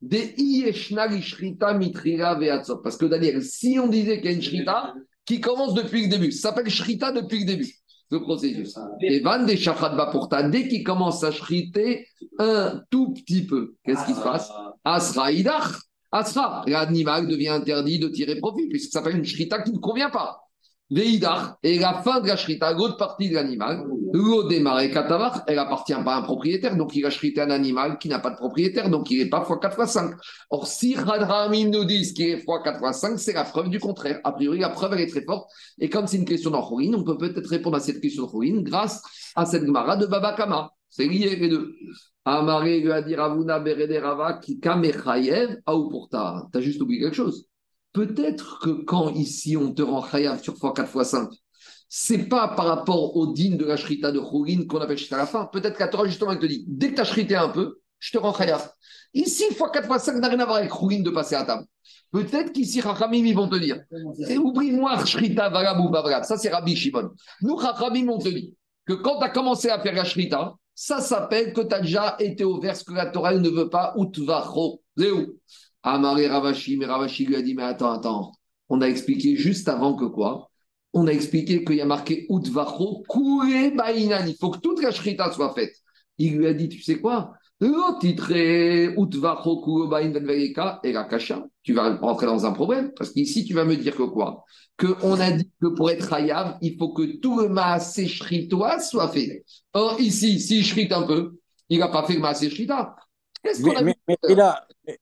Parce que Daniel, si on disait qu'il y a une shrita qui commence depuis le début, ça s'appelle shrita depuis le début. Le processus. Et Van des Shachat Baporta, dès qu'il commence à shriter un tout petit peu, qu'est-ce qui se passe? Asra Idach. Asra, l'animal devient interdit de tirer profit, puisque ça s'appelle une shrita qui ne convient pas. Veidach, et la fin de la shrita, l'autre partie de l'animal, l'eau démarré katavar, elle appartient pas à un propriétaire, donc il a shrité un animal qui n'a pas de propriétaire, donc il n'est pas x4 x 5. Or, si Radramim nous dit qu'il est x4 x 5, c'est la preuve du contraire. A priori, la preuve, elle est très forte. Et comme c'est une question d'Anchorin, on peut peut-être répondre à cette question d'Anchorin grâce à cette Gemara de Baba Kama. C'est lié les deux. Amaré lui a dit Ravuna Berede Rava qui kamechayev aouporta. T'as juste oublié quelque chose. Peut-être que quand ici on te rend chayav sur x4 x 5, c'est pas par rapport au din de la shrita de Choulin qu'on appelle shrita à la fin. Peut-être qu'à Torah, justement, elle te dit dès que tu as shrité un peu, je te rends chayav. Ici, fois 4 fois 5 n'a rien à voir avec Khourin de passer à table. Peut-être qu'ici, Chachamim, ils vont te dire, c'est oublie-moi, Shrita, valable ou pas valable. Ça, c'est Rabbi Shimon. Nous, Chachamim, on te dit que quand tu as commencé à faire la Shrita, ça s'appelle que tu as déjà été au vers que la Torah ne veut pas, Utvacho. Léo. Amaré Ravashi, mais Ravashi lui a dit, mais attends. On a expliqué juste avant que quoi? On a expliqué qu'il y a marqué Utvacho, Kouré Baïnan. Il faut que toute la Shrita soit faite. Il lui a dit, tu sais quoi? Le titre Utvacho, Kouré Baïn Ben Veyeka et la Kasha. Tu vas rentrer dans un problème. Parce qu'ici, tu vas me dire que quoi? Qu'on a dit que pour être Hayav, il faut que tout le Maasé Shritois soit fait. Or, ici, s'il shrite un peu, il n'a pas fait le Maasé Shrita. Qu'est-ce qu'on a mais là,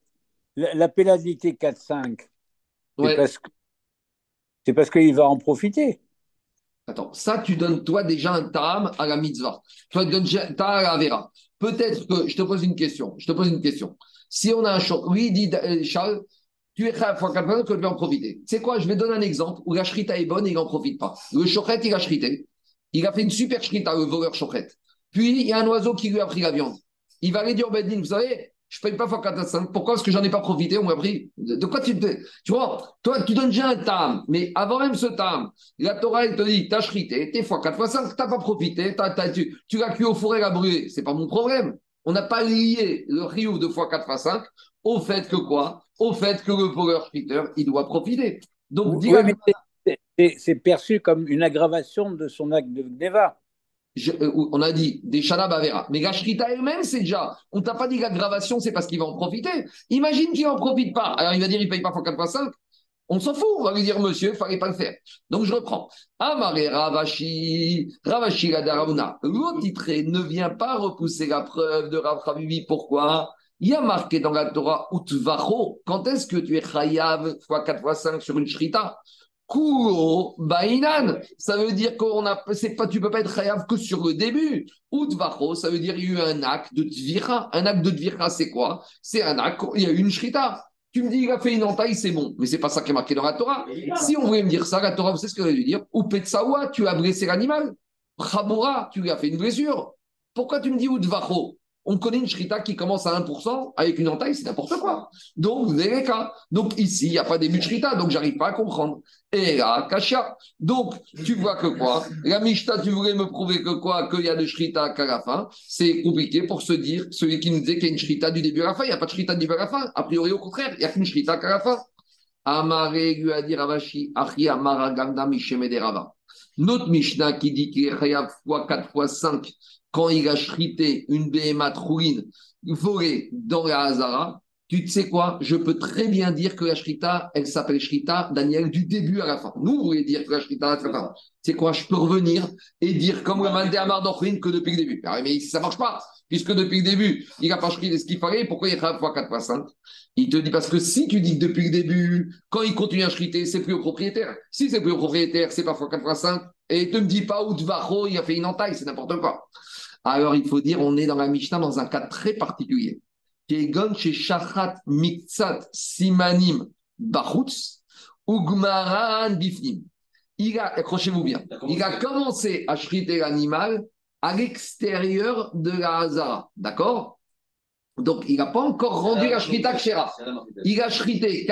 la pénalité 4-5, ouais. c'est parce qu'il va en profiter. Attends, ça, tu donnes toi déjà un ta'am à la mitzvah. Toi, tu donnes ta'am à la avera. Peut-être que, je te pose une question. Si on a un choc, oui, dit Charles, tu es à fois quelqu'un que tu vas en profiter. Tu sais quoi, je vais donner un exemple où la shrita est bonne et il n'en profite pas. Le chochet, il a shrité. Il a fait une super shrita, le voleur chochet. Puis, il y a un oiseau qui lui a pris la viande. Il va aller dire au Beddin, vous savez, je ne paye pas fois 4-5. Pourquoi? Parce que j'en ai pas profité, on m'a pris. De quoi tu vois, toi, tu donnes déjà un tam, mais avant même ce tam, la Torah, elle te dit, t'as shrité, t'es fois 4 fois 5, t'as pas profité, tu l'as cuit au four et l'as brûlé. C'est pas mon problème. On n'a pas lié le riouf de fois 4 fois 5 au fait que quoi? Au fait que le voleur shriteur, il doit profiter. Donc, Oui, mais c'est perçu comme une aggravation de son acte de Gneva. On a dit des Shana Bavera. Mais la Shrita elle-même, c'est déjà. On t'a pas dit l'aggravation, c'est parce qu'il va en profiter. Imagine qu'il n'en profite pas. Alors il va dire il ne paye pas fois 4,5. On s'en fout. On va lui dire monsieur, il ne fallait pas le faire. Donc je reprends. Amaré Ravashi la Darauna. L'autre ne vient pas repousser la preuve de Rav Chavivi. Pourquoi? Il y a marqué dans la Torah Utvacho. Quand est-ce que tu es Chayav fois 4 fois 5 sur une Shrita? Kuro Bainan, ça veut dire tu peux pas être chayav que sur le début. Utvacho, ça veut dire qu'il y a eu un acte de tvira. Un acte de tvira, c'est quoi? C'est un acte, il y a eu une shrita. Tu me dis, il a fait une entaille, c'est bon. Mais c'est pas ça qui est marqué dans la Torah. Si on voulait me dire ça, la Torah, vous savez ce qu'elle veut dire? Ou Petsawa, tu as blessé l'animal. Chabura, tu lui as fait une blessure. Pourquoi tu me dis Utvacho? On connaît une shrita qui commence à 1% avec une entaille, c'est n'importe quoi. Donc, vous avez les cas. Donc, ici, il n'y a pas début de shrita, donc j'arrive pas à comprendre. Et là, kasha. Donc, tu vois que quoi? La Mishnah, tu voulais me prouver que quoi? Qu'il y a de shrita qu'à la fin. C'est compliqué pour se dire, celui qui nous disait qu'il y a une shrita du début à la fin, il n'y a pas de shrita du début à la fin. A priori, au contraire, il n'y a qu'une shrita qu'à la fin. Amaré lui a dit Ravashi, Achi Amara Gamda Misheme de Rava. Notre Mishnah qui dit qu'il est chayav fois 4 fois 5 quand il a shrité une béhémat rouline volée dans la Hazara, tu sais quoi? Je peux très bien dire que la shrita, elle s'appelle shrita, Daniel, du début à la fin. Nous, on voulait dire que la shrita, à la fin. Tu sais quoi? Je peux revenir et dire comme le Mandé Amar d'Ochrin que depuis le début. Mais ça ne marche pas, puisque depuis le début, il n'a pas shrité ce qu'il fallait. Pourquoi il est chayav fois 4 fois 5? Il te dit parce que si tu dis que depuis le début, quand il continue à shriter, c'est plus au propriétaire. Si c'est plus au propriétaire, c'est pas fois 4 fois 5. Et ne me dis pas où Dvacho, il a fait une entaille, c'est n'importe quoi. Alors, il faut dire, on est dans la Mishnah dans un cas très particulier. Kegon chez Shachat Miktsat Simanim Bachutz, Ugmaran Bifnim. Accrochez-vous bien, il a commencé à shriter l'animal à l'extérieur de la Hazara. D'accord? Donc, il n'a pas encore rendu la shrita kshera. Il a shrité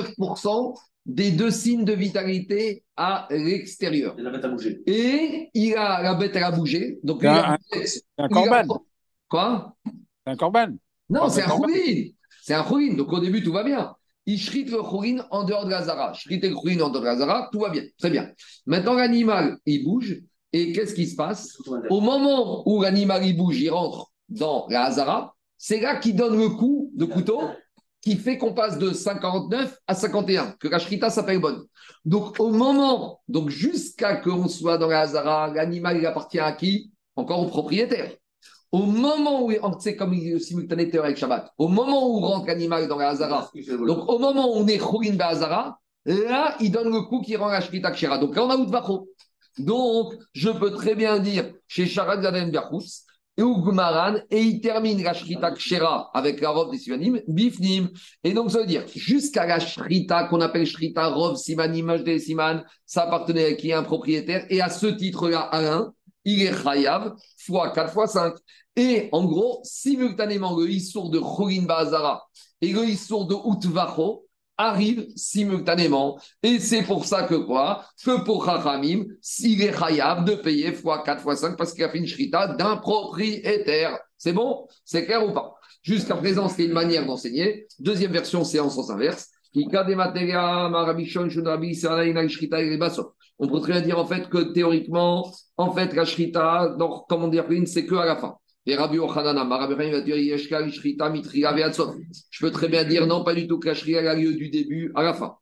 49% des 2 signes de vitalité à l'extérieur. Et la bête a bougé. Et la bête, elle a bougé. Donc, C'est un corban. Quoi? C'est un corban. Non, c'est un choulin. C'est un choulin. Donc, au début, tout va bien. Il shrite le choulin en dehors de la zara. Shrite le choulin en dehors de la zara, tout va bien. Très bien. Maintenant, l'animal, il bouge. Et qu'est-ce qui se passe? Au moment où l'animal, il bouge, il rentre dans la zara, c'est là qu'il donne le coup de couteau qui fait qu'on passe de 59 à 51, que la shrita s'appelle bonne. Donc, jusqu'à qu'on soit dans la Hazara, l'animal, il appartient à qui? Encore au propriétaire. Au moment où, c'est comme simultanéité avec Shabbat, au moment où rentre l'animal dans la Hazara, donc au moment où on est Choulin de Hazara, là, il donne le coup qui rend la shrita kshera. Donc là, on a Utvacho. Donc, je peux très bien dire, chez Sharat Gaden Berchus, et il termine la shrita kshera avec la robe des simanim, bifnim. Et donc, ça veut dire, jusqu'à la shrita qu'on appelle shrita robe simanim, maj des siman, ça appartenait à qui? Un propriétaire. Et à ce titre-là, Alain, il est chayav fois 4 fois 5. Et en gros, simultanément, le Issour de Chorin Bazara et le Issour de Utvacho arrivent simultanément. Et c'est pour ça que quoi? Que pour Chachamim, il est chayav de payer x4, x5 parce qu'il a fait une shrita d'un propriétaire. C'est bon? C'est clair ou pas? Jusqu'à présent, c'était une manière d'enseigner. Deuxième version, c'est en sens inverse. On peut très bien dire en fait que théoriquement, en fait, la shrita, comme on dit, c'est que à la fin. Et Rabbi Yochanan, Rabbi Yochanan va dire je peux très bien dire non, pas du tout, que la shrita a lieu du début à la fin.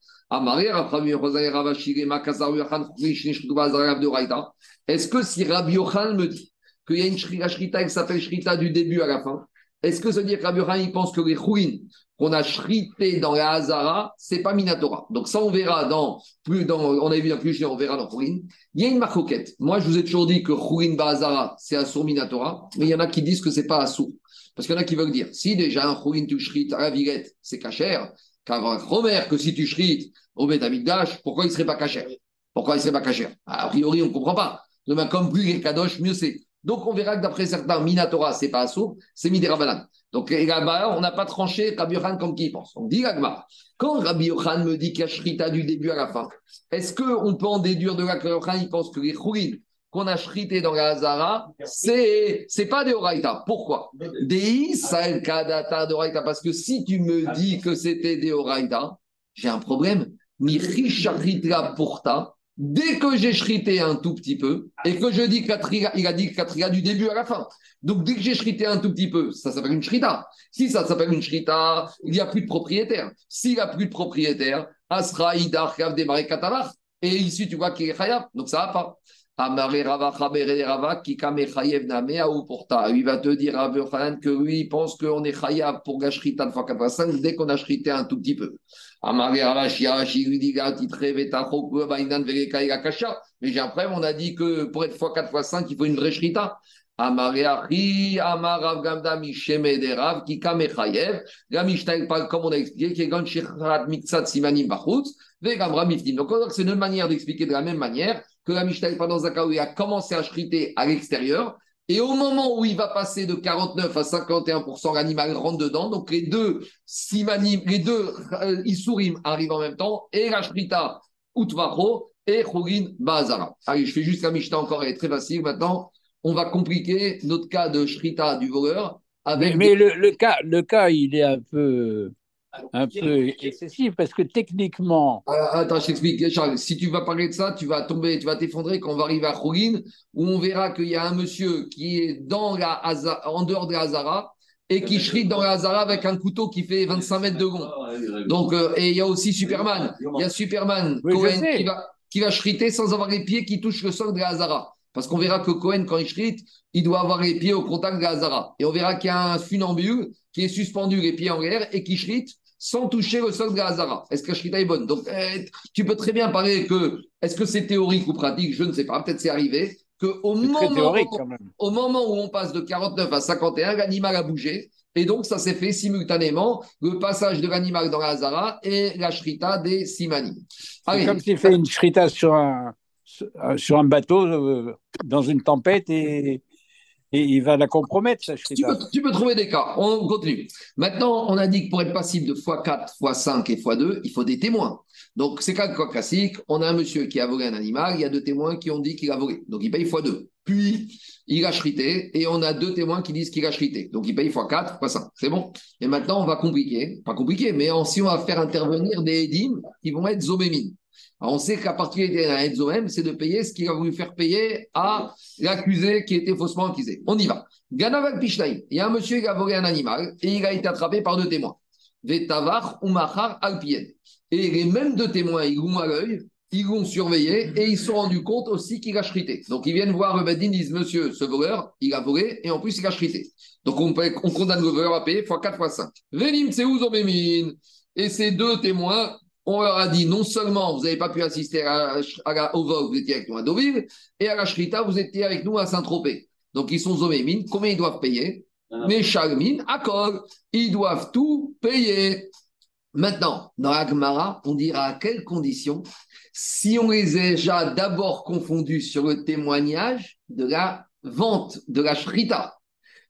Est-ce que si Rabbi Yochanan me dit qu'il y a une shrita qui s'appelle shrita du début à la fin, est-ce que ça veut dire que Rabbi Yochanan il pense que les chouin qu'on a shrité dans la Hazara, c'est pas Minatora. Donc ça, on verra on a vu dans plus, on verra dans Chouin. Il y a une marcoquette. Moi, je vous ai toujours dit que Chouin Bahazara, c'est Assour Minatora, mais il y en a qui disent que c'est pas Assour. Parce qu'il y en a qui veulent dire, si déjà un Chouin tu shrites à la Villette, c'est cachère, car Romer, que si tu shrites au Bet Amikdash, pourquoi il ne serait pas cachère? Pourquoi il ne serait pas cachère? A priori, on ne comprend pas. Demain, comme plus les Kadosh, mieux c'est. Donc, on verra que d'après certains, Minatora, ce n'est pas Assour, c'est Midirabanan. Donc, là-bas, on n'a pas tranché Rabbi Yochanan comme qui pense. On dit Gagmar. Quand Rabbi Yochanan me dit qu'il y a shrita du début à la fin, est-ce qu'on peut en déduire de là que Rabbi Yochanan il pense que les chourin qu'on a shrité dans la Hazara, c'est pas des Horaïta? Pourquoi? Dei Sael Kadata de Horaïta. Parce que si tu me dis que c'était des Horaïta, j'ai un problème. Michi Shachitra Pourta. Dès que j'ai shrité un tout petit peu, et que je dis Katriga, il a dit Katriga du début à la fin. Donc, dès que j'ai shrité un tout petit peu, ça s'appelle une shrita. Si ça s'appelle une shrita, il n'y a plus de propriétaire. S'il n'y a plus de propriétaire, Asra, Idar, Kav, Demare, Katavar. Et ici, tu vois qu'il est chayav. Donc, ça va pas. Amare Rava, Chabere Rava, Kikame Chayev Name, Aou Porta. Il va te dire, Rabbi Yochanan, que lui, il pense qu'on est chayav pour la shrita de fois 85 dès qu'on a shrité un tout petit peu. Amare Rava, Shiashi, lui dit, Titre, Vetachok, Bainan, Vereka, Kasha. Mais j'ai un problème, on a dit que pour être x4, x5, il faut une vraie shrita. Amareachi, Amarav Gamda Misheme Derav, Kikame Chayev. La Mishnah parle, comme on a expliqué, qui est Gan Shechrat Miksat Simanim Bachutz, Vegamra Miftim. Donc, c'est une manière d'expliquer de la même manière que la Mishnah parle dans un cas où il a commencé à shriter à l'extérieur. Et au moment où il va passer de 49 à 51%, l'animal rentre dedans. Donc, les deux Simanim, les deux Isurim arrivent en même temps. Et la shrita Utvacho et Chorin Bazara. Allez, je fais juste la Mishnah encore, elle est très facile maintenant. On va compliquer notre cas de shrita du voleur. Mais le cas, il est un peu excessif parce que techniquement. Attends, je t'explique, Charles. Si tu vas parler de ça, tu vas t'effondrer quand on va arriver à Chorin, où on verra qu'il y a un monsieur qui est en dehors de la Hazara et qui shrite dans la Hazara avec un couteau qui fait 25 mètres de long. Donc, et il y a aussi Superman. Il y a Superman Cohen qui va shriter sans avoir les pieds qui touchent le sol de la Hazara. Parce qu'on verra que Cohen, quand il shrite, il doit avoir les pieds au contact de la Hazara. Et on verra qu'il y a un funambule qui est suspendu les pieds en l'air et qui shrite sans toucher le sol de la Hazara. Est-ce que la shrita est bonne? Donc, tu peux très bien parler que, est-ce que c'est théorique ou pratique? Je ne sais pas. Peut-être c'est arrivé qu'au moment où on passe de 49 à 51, l'animal a bougé. Et donc, ça s'est fait simultanément, le passage de l'animal dans la Hazara et la shrita des Simanim. C'est comme s'il fait une shrita sur un bateau dans une tempête et il va la compromettre, ça. Tu peux trouver des cas. On continue. Maintenant, on a dit que pour être passible de x4, x5 et x2, il faut des témoins. Donc, c'est cas classique. On a un monsieur qui a volé un animal. Il y a deux témoins qui ont dit qu'il a volé. Donc, il paye x2. Puis, il a shrité. Et on a deux témoins qui disent qu'il a shrité. Donc, il paye x4, x5. C'est bon. Et maintenant, on va compliquer. Pas compliqué, mais si on va faire intervenir des édimes qui vont être zomémines. Alors, on sait que la particularité d'un Edzomem, c'est de payer ce qu'il a voulu faire payer à l'accusé qui était faussement accusé. On y va. Ganaval Pishnaï, il y a un monsieur qui a volé un animal et il a été attrapé par deux témoins. Vetavar ou Machar Alpien. Et les mêmes deux témoins, ils l'ont à l'œil, ils l'ont surveillé et ils se sont rendus compte aussi qu'il a shrité. Donc ils viennent voir le Bedin, ils disent monsieur, ce voleur, il a volé et en plus il a shrité. Donc on condamne le voleur à payer x4, x5. Venim Tseouz Omemin. Et ces deux témoins, on leur a dit non seulement vous n'avez pas pu assister au vol, vous étiez avec nous à Deauville, et à la Shrita, vous étiez avec nous à Saint-Tropez. Donc ils sont Zomémines, combien ils doivent payer? Mais Chalmine, accord, ils doivent tout payer. Maintenant, dans la Gemara, on dira à quelles conditions? Si on les a déjà d'abord confondus sur le témoignage de la vente de la Shrita.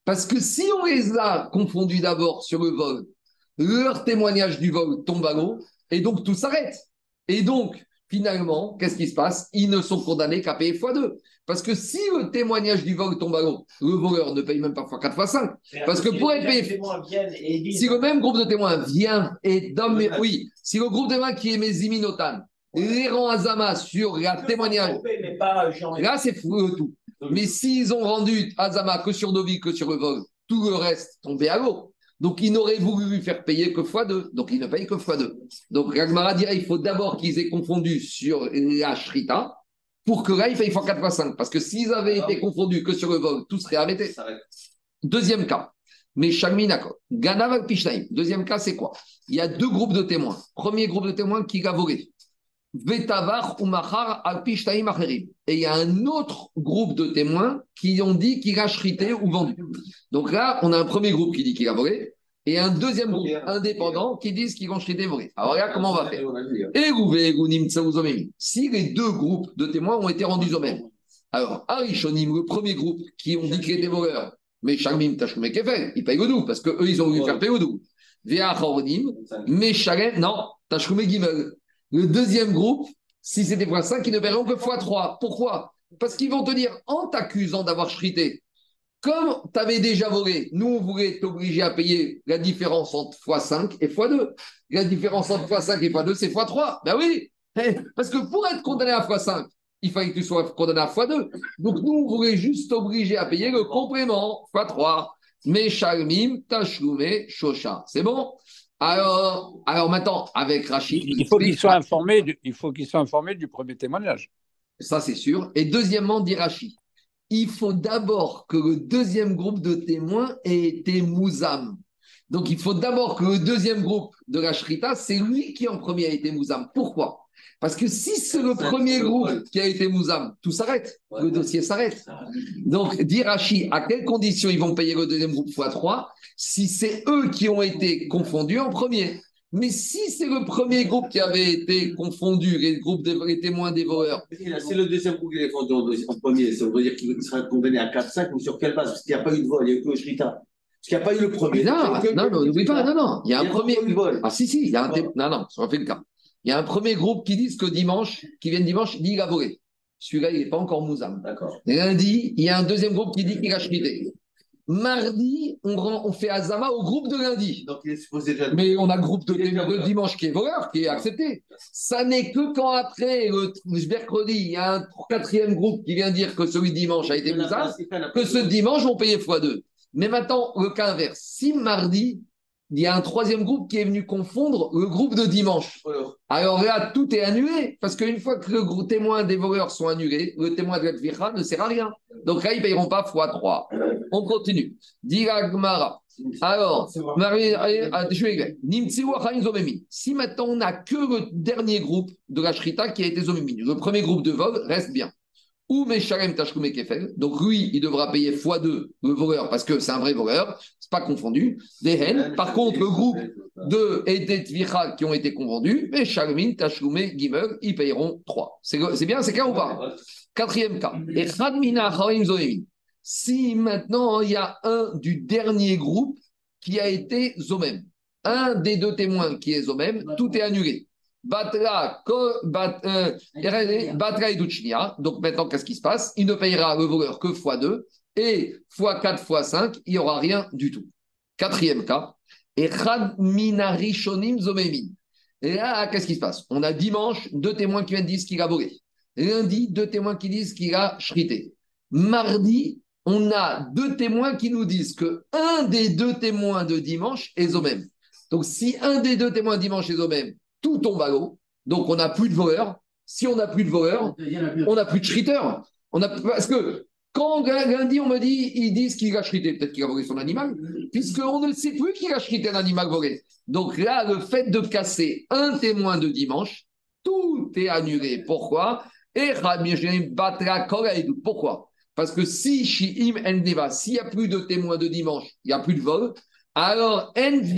Parce que si on les a confondus d'abord sur le vol, leur témoignage du vol tombe à l'eau, et donc tout s'arrête. Et donc, finalement, qu'est-ce qui se passe? Ils ne sont condamnés qu'à payer x2. Parce que si le témoignage du vol tombe à l'eau, le voleur ne paye même pas x4, x5. Parce que pour être payé, si le même groupe de témoins vient et donne, oui, si le groupe de témoins qui est Méziminotan les rend Azama sur le témoignage, là c'est fou tout. Mais s'ils ont rendu Azama que sur Dovi, que sur le vol, tout le reste tombé à l'eau. Donc, ils n'auraient voulu lui faire payer que x2. Donc, ils ne payent que x2. Donc, Ragmara dirait il faut d'abord qu'ils aient confondu sur la Shrita pour que là, ils payent x4, x5. Parce que s'ils avaient été confondus que sur le vol, tout serait arrêté. Deuxième cas. Mais Shagminako, Ganav Pishnaim. Deuxième cas, c'est quoi? Il y a deux groupes de témoins. Premier groupe de témoins qui a volé. Vetavar ou Mahar al Pishnaim Acherim. Et il y a un autre groupe de témoins qui ont dit qu'il a shrité ou vendu. Donc là, on a un premier groupe qui dit qu'il a volé et un deuxième groupe indépendant qui dit qu'ils ont shrité et volé. Alors là, comment on va faire? Si les deux groupes de témoins ont été rendus au même. Alors, Arishonim, le premier groupe qui ont dit qu'il était voleur, mais Shalmim Tashkumek Kefel, ils payent le double parce qu'eux, ils ont voulu faire payer au double. Ve'achoronim, mais Shalem, non, Tashkumek Gimel. Le deuxième groupe, si c'était x5, ils ne paieront que x3. Pourquoi? Parce qu'ils vont te dire, en t'accusant d'avoir shrité, comme tu avais déjà volé, nous, on voulait t'obliger à payer la différence entre x5 et x2. La différence entre x5 et x2, c'est x3. Ben oui, parce que pour être condamné à x5, il fallait que tu sois condamné à x2. Donc, nous, on voulait juste t'obliger à payer le complément x3. Mais Shalmim, Tashloumé, Shosha. C'est bon? Alors maintenant, avec Rachid. Il faut qu'ils soient informés du premier témoignage. Ça, c'est sûr. Et deuxièmement, dit Rachid, il faut d'abord que le deuxième groupe de témoins ait été Mouzam. Donc, il faut d'abord que le deuxième groupe de la Shrita, c'est lui qui en premier a été Mouzam. Pourquoi? Parce que si c'est le premier groupe qui a été Mouzam, tout s'arrête. Le dossier s'arrête. Donc, dit Rachid, à quelles conditions ils vont payer le deuxième groupe x3 si c'est eux qui ont été confondus en premier? Mais si c'est le premier groupe qui avait été confondu, les témoins des voleurs. Si le deuxième groupe qui est confondu en premier, ça veut dire qu'il sera condamné à 4-5, ou sur quelle base? Parce qu'il n'y a pas eu de vol, il n'y a eu que Shrita. Parce qu'il n'y a pas eu le premier. Non, n'oublie pas, non. Il y a un premier. Ah, si, il y a un. Non, ça fait le cas. Il y a un premier groupe qui dit que dimanche, qui vient dimanche, dit qu'il a volé. Celui-là, il n'est pas encore Mouzam. D'accord. Lundi, il y a un deuxième groupe qui dit qu'il a shrité. Mardi, on fait Azama au groupe de lundi. Donc, il est supposé déjà... Mais on a le groupe de dimanche qui est voleur, qui est accepté. Ça n'est que quand après, le mercredi, il y a un quatrième groupe qui vient dire que celui de dimanche a été Mouzam, que ce dimanche, on payait x2. Mais maintenant, le cas inverse. Si mardi, il y a un troisième groupe qui est venu confondre le groupe de dimanche. Alors là, tout est annulé, parce qu'une fois que le témoin des voleurs sont annulés, le témoin de l'Advicha ne sert à rien. Donc là, ils ne payeront pas x3. On continue. Dira Gmara. Alors, si maintenant on n'a que le dernier groupe de la Shrita qui a été Zomimi, le premier groupe de vol reste bien. Ou Meshalem Tashkume Kefel, donc lui, il devra payer x2 le voleur parce que c'est un vrai voleur, c'est pas confondu. Dehen, par contre, le groupe de Edet Vicha qui ont été confondus, Meshalem Tashkume Gimel, ils payeront 3. C'est bien, c'est clair ou pas? Quatrième cas. Et Khadmina Chaim Zonemin. Si maintenant il y a un du dernier groupe qui a été Zomem, un des deux témoins qui est Zomem, tout est annulé. Batra et Duchnia. Donc maintenant, qu'est-ce qui se passe? Il ne payera le voleur que x2 et x4, x5, il n'y aura rien du tout. Quatrième cas. Et Chad Minarishonim Zomemin. Et là, qu'est-ce qui se passe? On a dimanche deux témoins qui viennent dire qu'il a volé. Lundi, deux témoins qui disent qu'il a shrité. Mardi, on a deux témoins qui nous disent que un des deux témoins de dimanche est Zomem. Donc, si un des deux témoins de dimanche est Zomem, tout tombe à l'eau. Donc, on n'a plus de voleurs. Si on n'a plus de voleurs, on n'a plus de shriteurs. Parce que quand lundi, on me dit, ils disent qu'il a shrité, peut-être qu'il a volé son animal, puisqu'on ne sait plus qu'il a shrité un animal volé. Donc là, le fait de casser un témoin de dimanche, tout est annulé. Pourquoi? Et pourquoi? Parce que si Shi'im El Neva, s'il n'y a plus de témoins de dimanche, il n'y a plus de vol, Alors,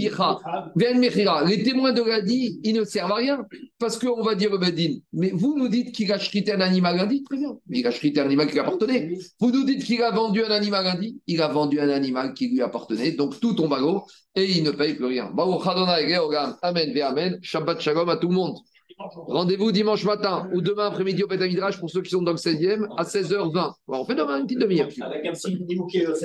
les témoins de Gadi, ils ne servent à rien. Parce qu'on va dire au Bedin, mais vous nous dites qu'il a chrité un animal lundi, très bien. Il a chrité un animal qui lui appartenait. Vous nous dites qu'il a vendu un animal lundi, il a vendu un animal qui lui appartenait. Donc tout tombe à l'eau et il ne paye plus rien. Amen, amen. Shabbat shalom à tout le monde. Rendez-vous dimanche matin ou demain après-midi au Beth Midrash pour ceux qui sont dans le 16e à 16h20. On fait demain une petite demi-heure. Avec un petit